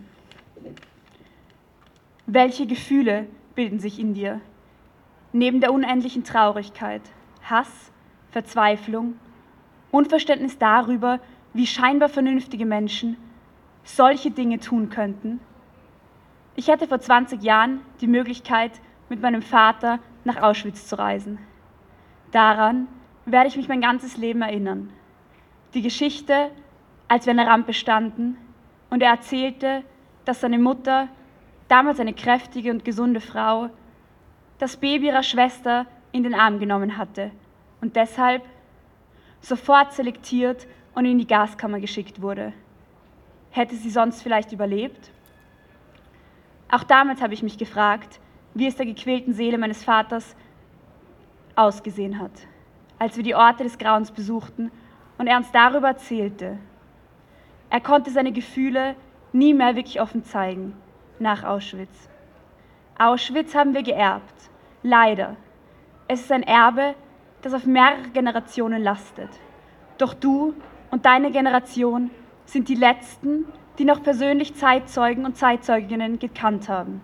Welche Gefühle bilden sich in dir? Neben der unendlichen Traurigkeit, Hass, Verzweiflung, Unverständnis darüber, wie scheinbar vernünftige Menschen solche Dinge tun könnten. Ich hatte vor zwanzig Jahren die Möglichkeit, mit meinem Vater nach Auschwitz zu reisen. Daran werde ich mich mein ganzes Leben erinnern. Die Geschichte, als wir an der Rampe standen und er erzählte, dass seine Mutter, damals eine kräftige und gesunde Frau, das Baby ihrer Schwester in den Arm genommen hatte und deshalb sofort selektiert und in die Gaskammer geschickt wurde. Hätte sie sonst vielleicht überlebt? Auch damals habe ich mich gefragt, wie es der gequälten Seele meines Vaters ausgesehen hat, als wir die Orte des Grauens besuchten und er uns darüber erzählte. Er konnte seine Gefühle nie mehr wirklich offen zeigen nach Auschwitz. Auschwitz haben wir geerbt, leider. Es ist ein Erbe, das auf mehrere Generationen lastet. Doch du und deine Generation sind die Letzten, die noch persönlich Zeitzeugen und Zeitzeuginnen gekannt haben.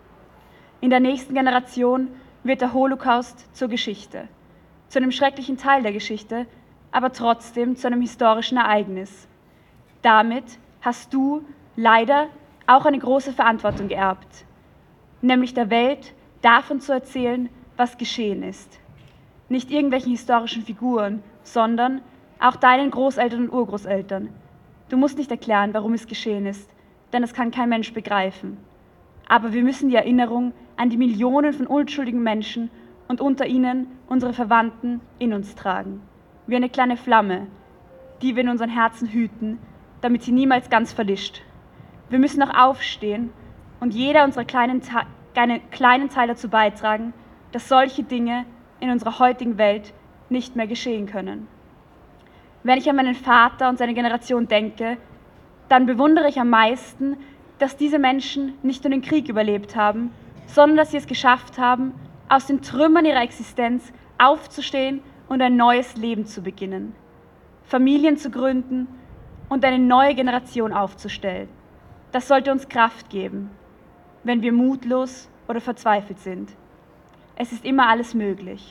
In der nächsten Generation wird der Holocaust zur Geschichte, zu einem schrecklichen Teil der Geschichte, aber trotzdem zu einem historischen Ereignis. Damit hast du leider auch eine große Verantwortung geerbt, nämlich der Welt davon zu erzählen, was geschehen ist. Nicht irgendwelchen historischen Figuren, sondern auch deinen Großeltern und Urgroßeltern. Du musst nicht erklären, warum es geschehen ist, denn das kann kein Mensch begreifen. Aber wir müssen die Erinnerung an die Millionen von unschuldigen Menschen und unter ihnen unsere Verwandten in uns tragen. Wie eine kleine Flamme, die wir in unseren Herzen hüten, damit sie niemals ganz verlischt. Wir müssen auch aufstehen und jeder unserer kleinen, einen kleinen Teil dazu beitragen, dass solche Dinge in unserer heutigen Welt nicht mehr geschehen können. Wenn ich an meinen Vater und seine Generation denke, dann bewundere ich am meisten, dass diese Menschen nicht nur den Krieg überlebt haben, sondern dass sie es geschafft haben, aus den Trümmern ihrer Existenz aufzustehen und ein neues Leben zu beginnen, Familien zu gründen und eine neue Generation aufzustellen. Das sollte uns Kraft geben, wenn wir mutlos oder verzweifelt sind. Es ist immer alles möglich.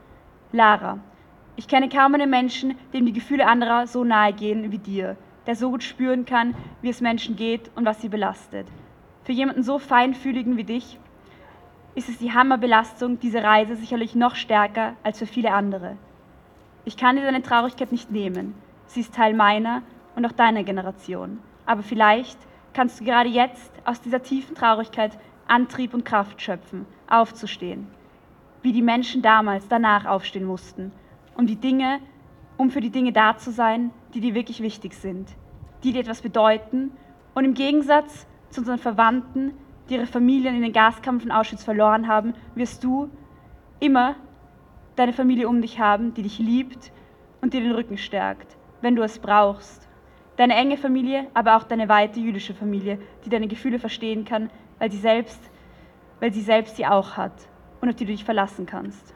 Lara, ich kenne kaum einen Menschen, dem die Gefühle anderer so nahe gehen wie dir, der so gut spüren kann, wie es Menschen geht und was sie belastet. Für jemanden so feinfühligen wie dich ist es die Hammerbelastung, diese Reise sicherlich noch stärker als für viele andere. Ich kann dir deine Traurigkeit nicht nehmen. Sie ist Teil meiner und auch deiner Generation. Aber vielleicht kannst du gerade jetzt aus dieser tiefen Traurigkeit Antrieb und Kraft schöpfen, aufzustehen, wie die Menschen damals danach aufstehen mussten, um die Dinge, um für die Dinge da zu sein, die dir wirklich wichtig sind, die dir etwas bedeuten und im Gegensatz zu unseren Verwandten, die ihre Familien in den Gaskammern von Auschwitz verloren haben, wirst du immer deine Familie um dich haben, die dich liebt und dir den Rücken stärkt, wenn du es brauchst. Deine enge Familie, aber auch deine weite jüdische Familie, die deine Gefühle verstehen kann, weil sie selbst, weil sie selbst sie auch hat und auf die du dich verlassen kannst.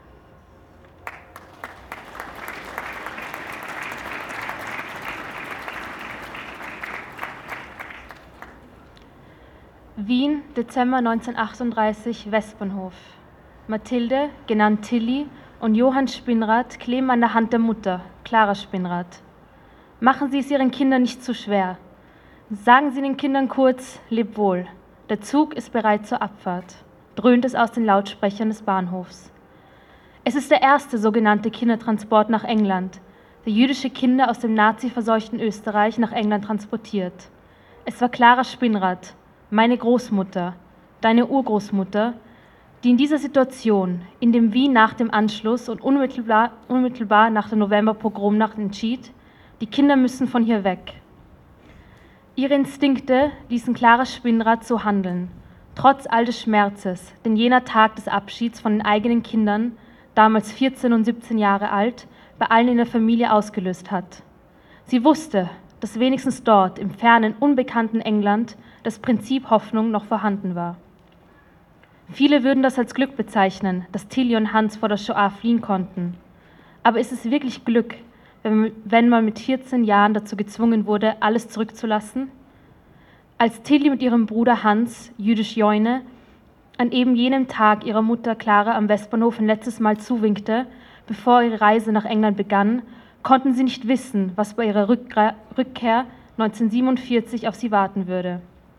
Wien, Dezember neunzehnhundertachtunddreißig, Westbahnhof. Mathilde, genannt Tilly, und Johann Spinnrad kleben an der Hand der Mutter, Clara Spinnrad. Machen Sie es Ihren Kindern nicht zu schwer. Sagen Sie den Kindern kurz, leb wohl. Der Zug ist bereit zur Abfahrt, dröhnt es aus den Lautsprechern des Bahnhofs. Es ist der erste sogenannte Kindertransport nach England, der jüdische Kinder aus dem naziverseuchten Österreich nach England transportiert. Es war Clara Spinnrad, meine Großmutter, deine Urgroßmutter, die in dieser Situation, in dem Wien nach dem Anschluss und unmittelbar, unmittelbar nach der Novemberpogromnacht entschied, die Kinder müssen von hier weg. Ihre Instinkte ließen Clara Spinnrad so handeln, trotz all des Schmerzes, den jener Tag des Abschieds von den eigenen Kindern, damals vierzehn und siebzehn Jahre alt, bei allen in der Familie ausgelöst hat. Sie wusste, dass wenigstens dort, im fernen, unbekannten England, das Prinzip Hoffnung noch vorhanden war. Viele würden das als Glück bezeichnen, dass Tilly und Hans vor der Shoah fliehen konnten. Aber ist es wirklich Glück, wenn man mit vierzehn Jahren dazu gezwungen wurde, alles zurückzulassen? Als Tilly mit ihrem Bruder Hans, jüdisch Joine, an eben jenem Tag ihrer Mutter Clara am Westbahnhof ein letztes Mal zuwinkte, bevor ihre Reise nach England begann, konnten sie nicht wissen, was bei ihrer Rückkehr neunzehnhundertsiebenundvierzig auf sie warten würde.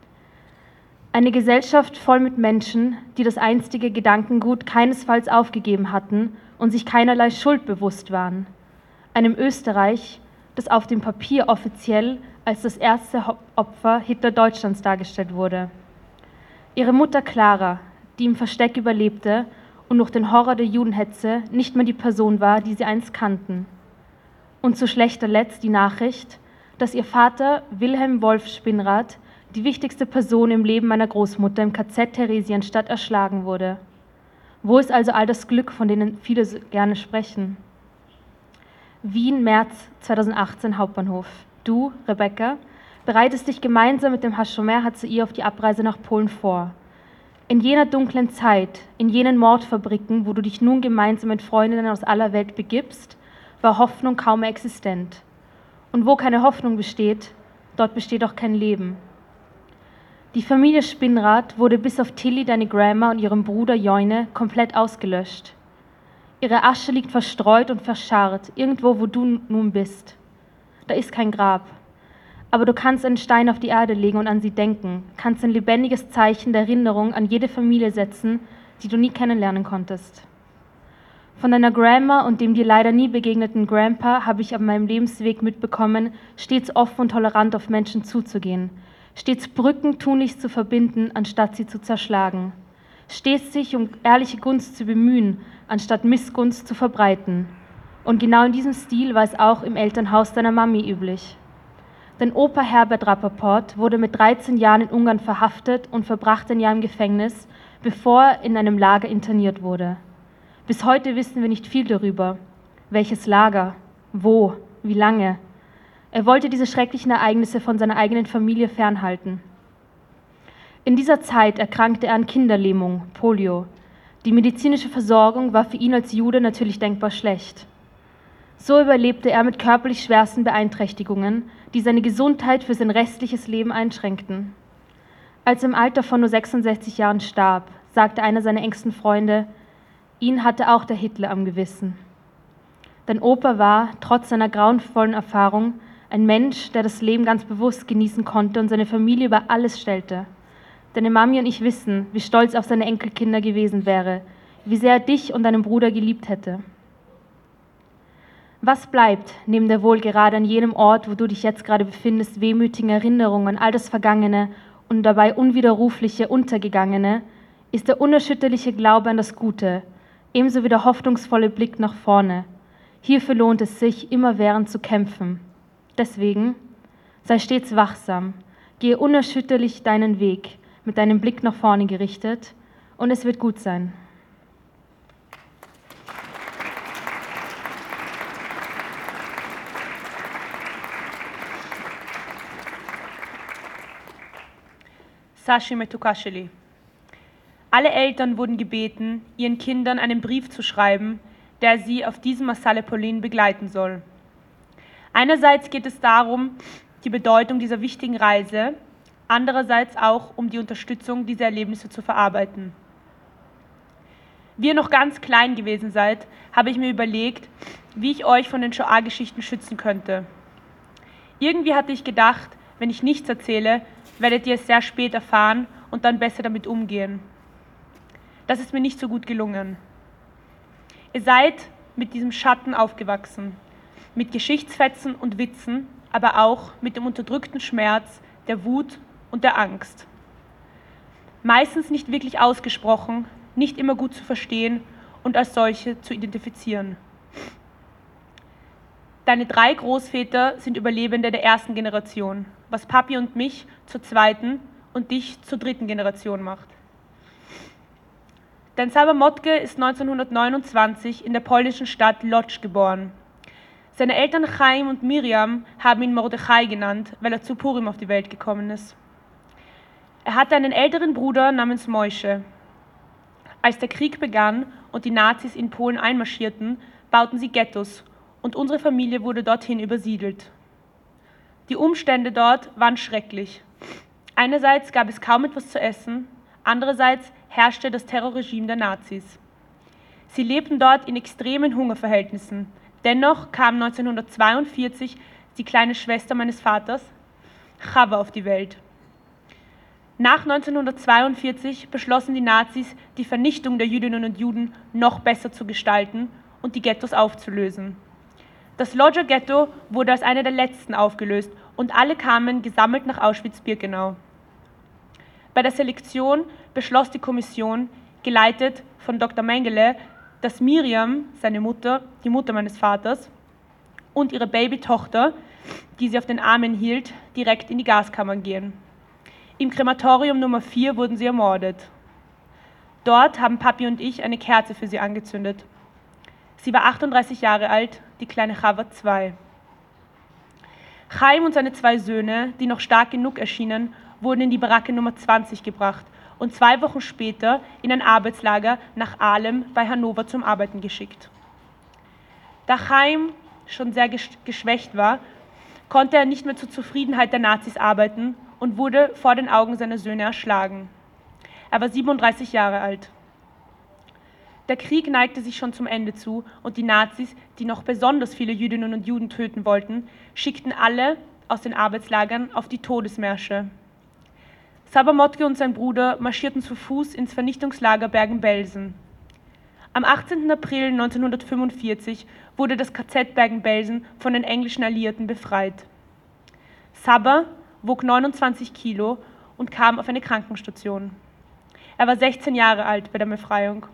Eine Gesellschaft voll mit Menschen, die das einstige Gedankengut keinesfalls aufgegeben hatten und sich keinerlei Schuld bewusst waren. Einem Österreich, das auf dem Papier offiziell als das erste Opfer Hitler-Deutschlands dargestellt wurde. Ihre Mutter Clara, die im Versteck überlebte und durch den Horror der Judenhetze nicht mehr die Person war, die sie einst kannten. Und zu schlechter Letzt die Nachricht, dass ihr Vater Wilhelm Wolf Spinnrad, die wichtigste Person im Leben meiner Großmutter, im K Z Theresienstadt erschlagen wurde. Wo ist also all das Glück, von denen viele so gerne sprechen? Wien, März zweitausendachtzehn, Hauptbahnhof. Du, Rebecca, bereitest dich gemeinsam mit dem Hashomer Hatzair auf die Abreise nach Polen vor. In jener dunklen Zeit, in jenen Mordfabriken, wo du dich nun gemeinsam mit Freundinnen aus aller Welt begibst, war Hoffnung kaum mehr existent. Und wo keine Hoffnung besteht, dort besteht auch kein Leben. Die Familie Spinnrad wurde bis auf Tilly, deine Grandma und ihren Bruder Joine komplett ausgelöscht. Ihre Asche liegt verstreut und verscharrt, irgendwo, wo du nun bist. Da ist kein Grab. Aber du kannst einen Stein auf die Erde legen und an sie denken, kannst ein lebendiges Zeichen der Erinnerung an jede Familie setzen, die du nie kennenlernen konntest. Von deiner Grandma und dem dir leider nie begegneten Grandpa habe ich auf meinem Lebensweg mitbekommen, stets offen und tolerant auf Menschen zuzugehen, stets Brücken tunlichst zu verbinden, anstatt sie zu zerschlagen, stets sich um ehrliche Gunst zu bemühen, anstatt Missgunst zu verbreiten. Und genau in diesem Stil war es auch im Elternhaus deiner Mami üblich. Dein Opa Herbert Rappaport wurde mit dreizehn Jahren in Ungarn verhaftet und verbrachte ein Jahr im Gefängnis, bevor er in einem Lager interniert wurde. Bis heute wissen wir nicht viel darüber. Welches Lager? Wo? Wie lange? Er wollte diese schrecklichen Ereignisse von seiner eigenen Familie fernhalten. In dieser Zeit erkrankte er an Kinderlähmung, Polio. Die medizinische Versorgung war für ihn als Jude natürlich denkbar schlecht. So überlebte er mit körperlich schwersten Beeinträchtigungen, die seine Gesundheit für sein restliches Leben einschränkten. Als er im Alter von nur sechsundsechzig Jahren starb, sagte einer seiner engsten Freunde, ihn hatte auch der Hitler am Gewissen. Dein Opa war, trotz seiner grauenvollen Erfahrung, ein Mensch, der das Leben ganz bewusst genießen konnte und seine Familie über alles stellte. Deine Mami und ich wissen, wie stolz er auf seine Enkelkinder gewesen wäre, wie sehr er dich und deinen Bruder geliebt hätte. Was bleibt, neben der wohl gerade an jenem Ort, wo du dich jetzt gerade befindest, wehmütigen Erinnerungen an all das Vergangene und dabei unwiderrufliche Untergegangene, ist der unerschütterliche Glaube an das Gute, ebenso wie der hoffnungsvolle Blick nach vorne. Hierfür lohnt es sich, immerwährend zu kämpfen. Deswegen, sei stets wachsam, gehe unerschütterlich deinen Weg, mit deinem Blick nach vorne gerichtet, und es wird gut sein. Sashi Metukasheli. Alle Eltern wurden gebeten, ihren Kindern einen Brief zu schreiben, der sie auf diesem Massale Polin begleiten soll. Einerseits geht es darum, die Bedeutung dieser wichtigen Reise, andererseits auch, um die Unterstützung dieser Erlebnisse zu verarbeiten. Wie ihr noch ganz klein gewesen seid, habe ich mir überlegt, wie ich euch von den Shoah-Geschichten schützen könnte. Irgendwie hatte ich gedacht, wenn ich nichts erzähle, werdet ihr es sehr spät erfahren und dann besser damit umgehen. Das ist mir nicht so gut gelungen. Ihr seid mit diesem Schatten aufgewachsen, mit Geschichtsfetzen und Witzen, aber auch mit dem unterdrückten Schmerz, der Wut und der Angst. Meistens nicht wirklich ausgesprochen, nicht immer gut zu verstehen und als solche zu identifizieren. Deine drei Großväter sind Überlebende der ersten Generation, was Papi und mich zur zweiten und dich zur dritten Generation macht. Dein Saba Motke ist neunzehnhundertneunundzwanzig in der polnischen Stadt Lodz geboren. Seine Eltern Chaim und Miriam haben ihn Mordechai genannt, weil er zu Purim auf die Welt gekommen ist. Er hatte einen älteren Bruder namens Moishe. Als der Krieg begann und die Nazis in Polen einmarschierten, bauten sie Ghettos und unsere Familie wurde dorthin übersiedelt. Die Umstände dort waren schrecklich. Einerseits gab es kaum etwas zu essen, andererseits herrschte das Terrorregime der Nazis. Sie lebten dort in extremen Hungerverhältnissen. Dennoch kam neunzehnhundertzweiundvierzig die kleine Schwester meines Vaters, Chava, auf die Welt. Nach neunzehnhundertzweiundvierzig beschlossen die Nazis, die Vernichtung der Jüdinnen und Juden noch besser zu gestalten und die Ghettos aufzulösen. Das Lodzer Ghetto wurde als eine der letzten aufgelöst und alle kamen gesammelt nach Auschwitz-Birkenau. Bei der Selektion beschloss die Kommission, geleitet von Doktor Mengele, dass Miriam, seine Mutter, die Mutter meines Vaters, und ihre Babytochter, die sie auf den Armen hielt, direkt in die Gaskammern gehen. Im Krematorium Nummer vier wurden sie ermordet. Dort haben Papi und ich eine Kerze für sie angezündet. Sie war achtunddreißig Jahre alt, die kleine Chava zwei. Chaim und seine zwei Söhne, die noch stark genug erschienen, wurden in die Baracke Nummer zwanzig gebracht und zwei Wochen später in ein Arbeitslager nach Ahlem bei Hannover zum Arbeiten geschickt. Da Chaim schon sehr geschwächt war, konnte er nicht mehr zur Zufriedenheit der Nazis arbeiten und wurde vor den Augen seiner Söhne erschlagen. Er war siebenunddreißig Jahre alt. Der Krieg neigte sich schon zum Ende zu und die Nazis, die noch besonders viele Jüdinnen und Juden töten wollten, schickten alle aus den Arbeitslagern auf die Todesmärsche. Saba Motke und sein Bruder marschierten zu Fuß ins Vernichtungslager Bergen-Belsen. Am achtzehnten April neunzehnhundertfünfundvierzig wurde das K Z Bergen-Belsen von den englischen Alliierten befreit. Saba wog neunundzwanzig Kilo und kam auf eine Krankenstation. Er war sechzehn Jahre alt bei der Befreiung.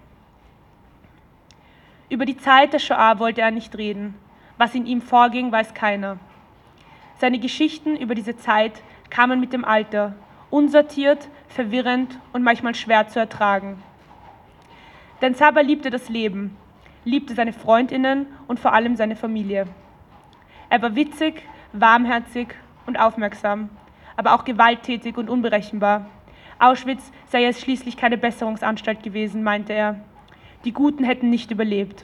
Über die Zeit der Shoah wollte er nicht reden. Was in ihm vorging, weiß keiner. Seine Geschichten über diese Zeit kamen mit dem Alter, unsortiert, verwirrend und manchmal schwer zu ertragen. Denn Saba liebte das Leben, liebte seine Freundinnen und vor allem seine Familie. Er war witzig, warmherzig und aufmerksam, aber auch gewalttätig und unberechenbar. Auschwitz sei es schließlich keine Besserungsanstalt gewesen, meinte er. Die Guten hätten nicht überlebt.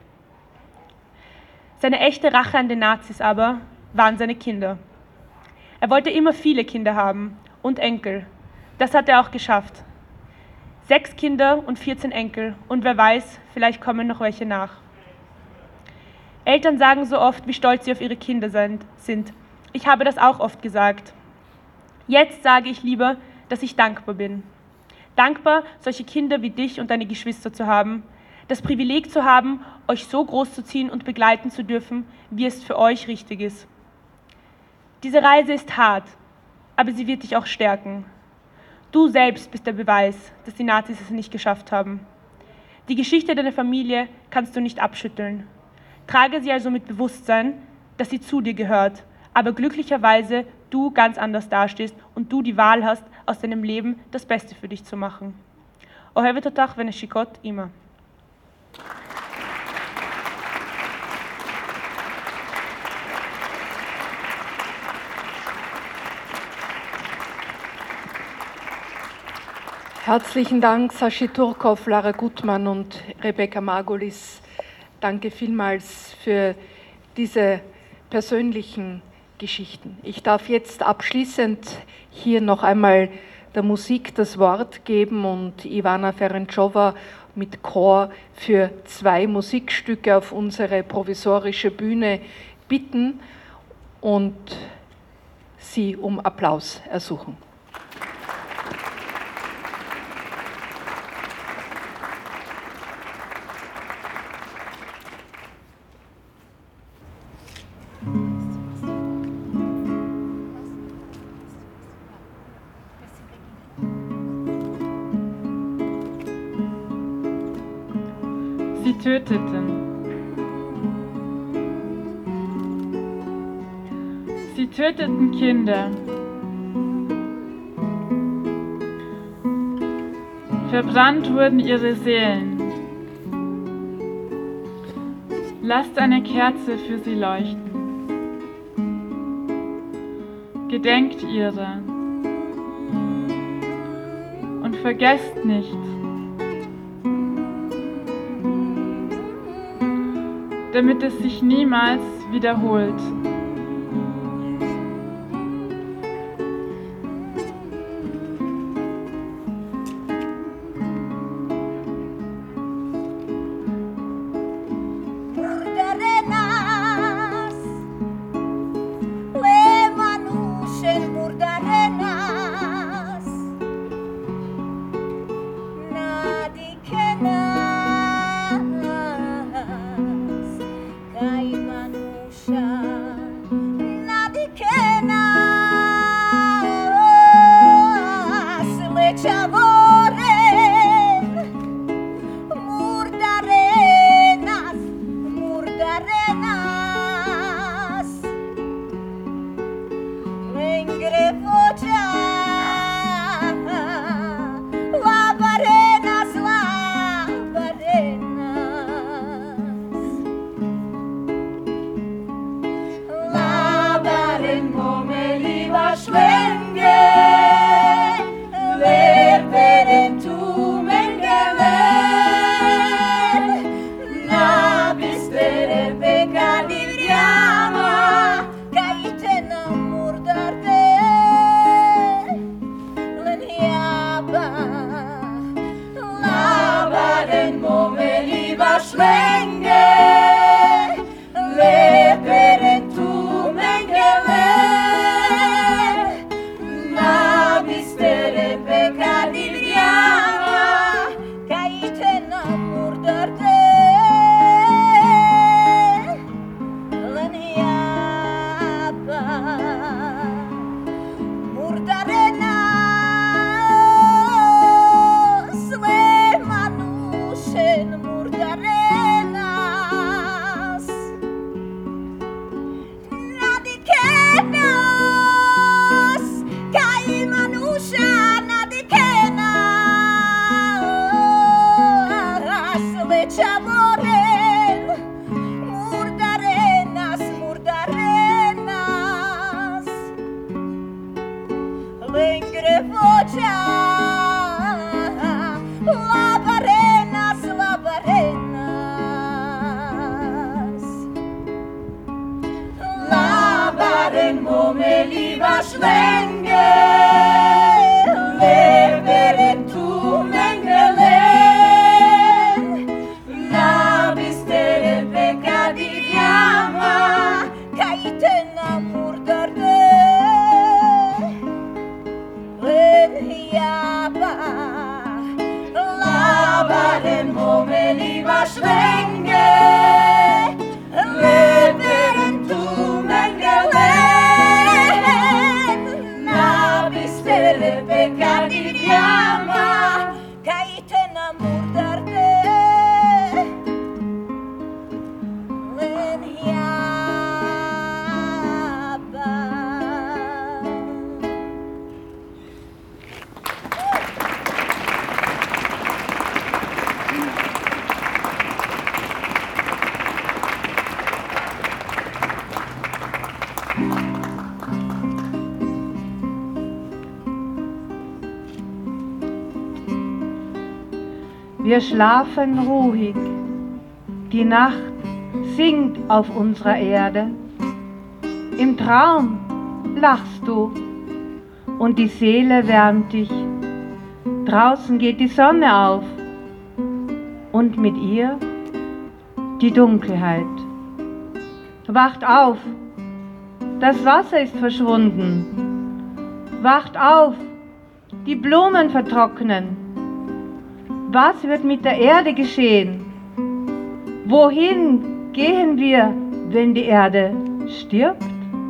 Seine echte Rache an den Nazis aber waren seine Kinder. Er wollte immer viele Kinder haben und Enkel. Das hat er auch geschafft. Sechs Kinder und vierzehn Enkel und wer weiß, vielleicht kommen noch welche nach. Eltern sagen so oft, wie stolz sie auf ihre Kinder sind. Ich habe das auch oft gesagt. Jetzt sage ich lieber, dass ich dankbar bin. Dankbar, solche Kinder wie dich und deine Geschwister zu haben, das Privileg zu haben, euch so großzuziehen und begleiten zu dürfen, wie es für euch richtig ist. Diese Reise ist hart, aber sie wird dich auch stärken. Du selbst bist der Beweis, dass die Nazis es nicht geschafft haben. Die Geschichte deiner Familie kannst du nicht abschütteln. Trage sie also mit Bewusstsein, dass sie zu dir gehört, aber glücklicherweise du ganz anders dastehst und du die Wahl hast, aus deinem Leben das Beste für dich zu machen. Ohevet otach veneshikot ima. Herzlichen Dank, Sashi Turkov, Lara Gutmann und Rebecca Margolis. Danke vielmals für diese persönlichen Geschichten. Ich darf jetzt abschließend hier noch einmal der Musik das Wort geben und Ivana Ferencova mit Chor für zwei Musikstücke auf unsere provisorische Bühne bitten und sie um Applaus ersuchen. Sie töteten. Sie töteten Kinder. Verbrannt wurden ihre Seelen. Lasst eine Kerze für sie leuchten. Gedenkt ihrer. Und vergesst nicht, damit es sich niemals wiederholt. Wir schlafen ruhig, die Nacht singt auf unserer Erde. Im Traum lachst du und die Seele wärmt dich. Draußen geht die Sonne auf und mit ihr die Dunkelheit. Wacht auf, das Wasser ist verschwunden. Wacht auf, die Blumen vertrocknen. Was wird mit der Erde geschehen? Wohin gehen wir, wenn die Erde stirbt?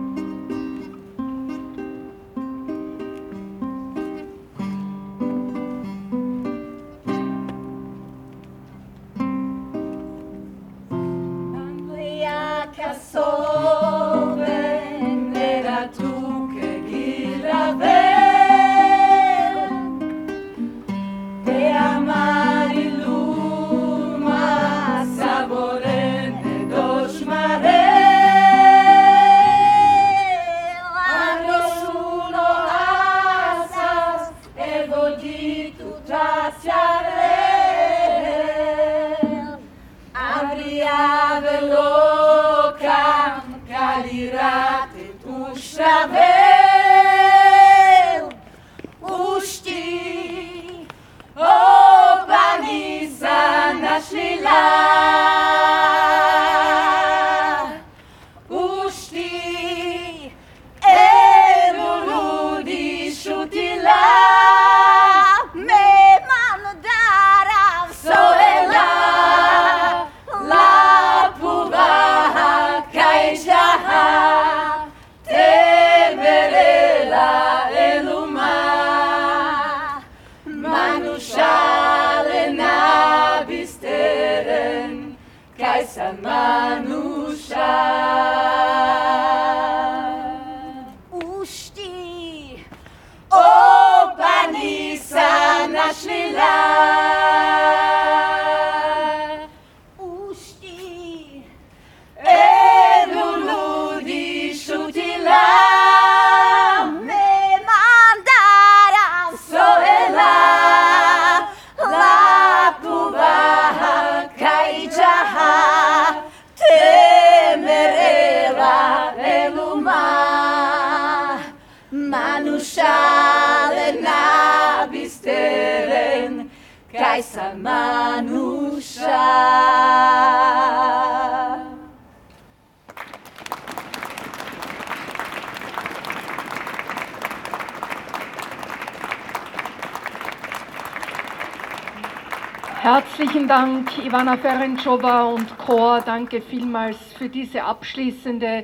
Herzlichen Dank, Ivana Ferencova und Chor. Danke vielmals für diese abschließende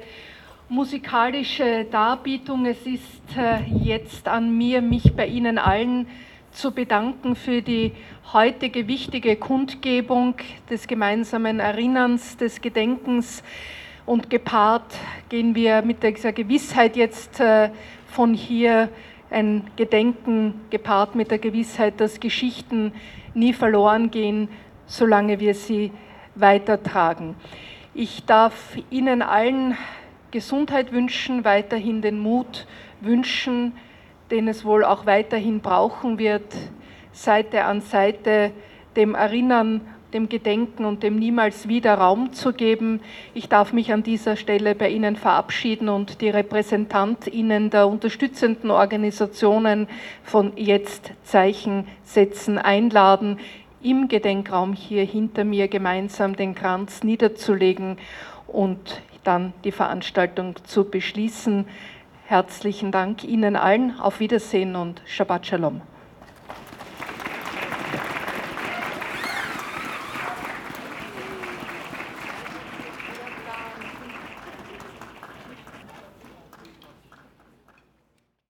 musikalische Darbietung. Es ist jetzt an mir, mich bei Ihnen allen zu bedanken für die heutige wichtige Kundgebung des gemeinsamen Erinnerns, des Gedenkens. Und gepaart gehen wir mit dieser Gewissheit jetzt von hier, ein Gedenken gepaart mit der Gewissheit, dass Geschichten nie verloren gehen, solange wir sie weitertragen. Ich darf Ihnen allen Gesundheit wünschen, weiterhin den Mut wünschen, den es wohl auch weiterhin brauchen wird, Seite an Seite dem Erinnern, dem Gedenken und dem niemals wieder Raum zu geben. Ich darf mich an dieser Stelle bei Ihnen verabschieden und die RepräsentantInnen der unterstützenden Organisationen von Jetzt Zeichen setzen einladen, im Gedenkraum hier hinter mir gemeinsam den Kranz niederzulegen und dann die Veranstaltung zu beschließen. Herzlichen Dank Ihnen allen, auf Wiedersehen und Shabbat Shalom.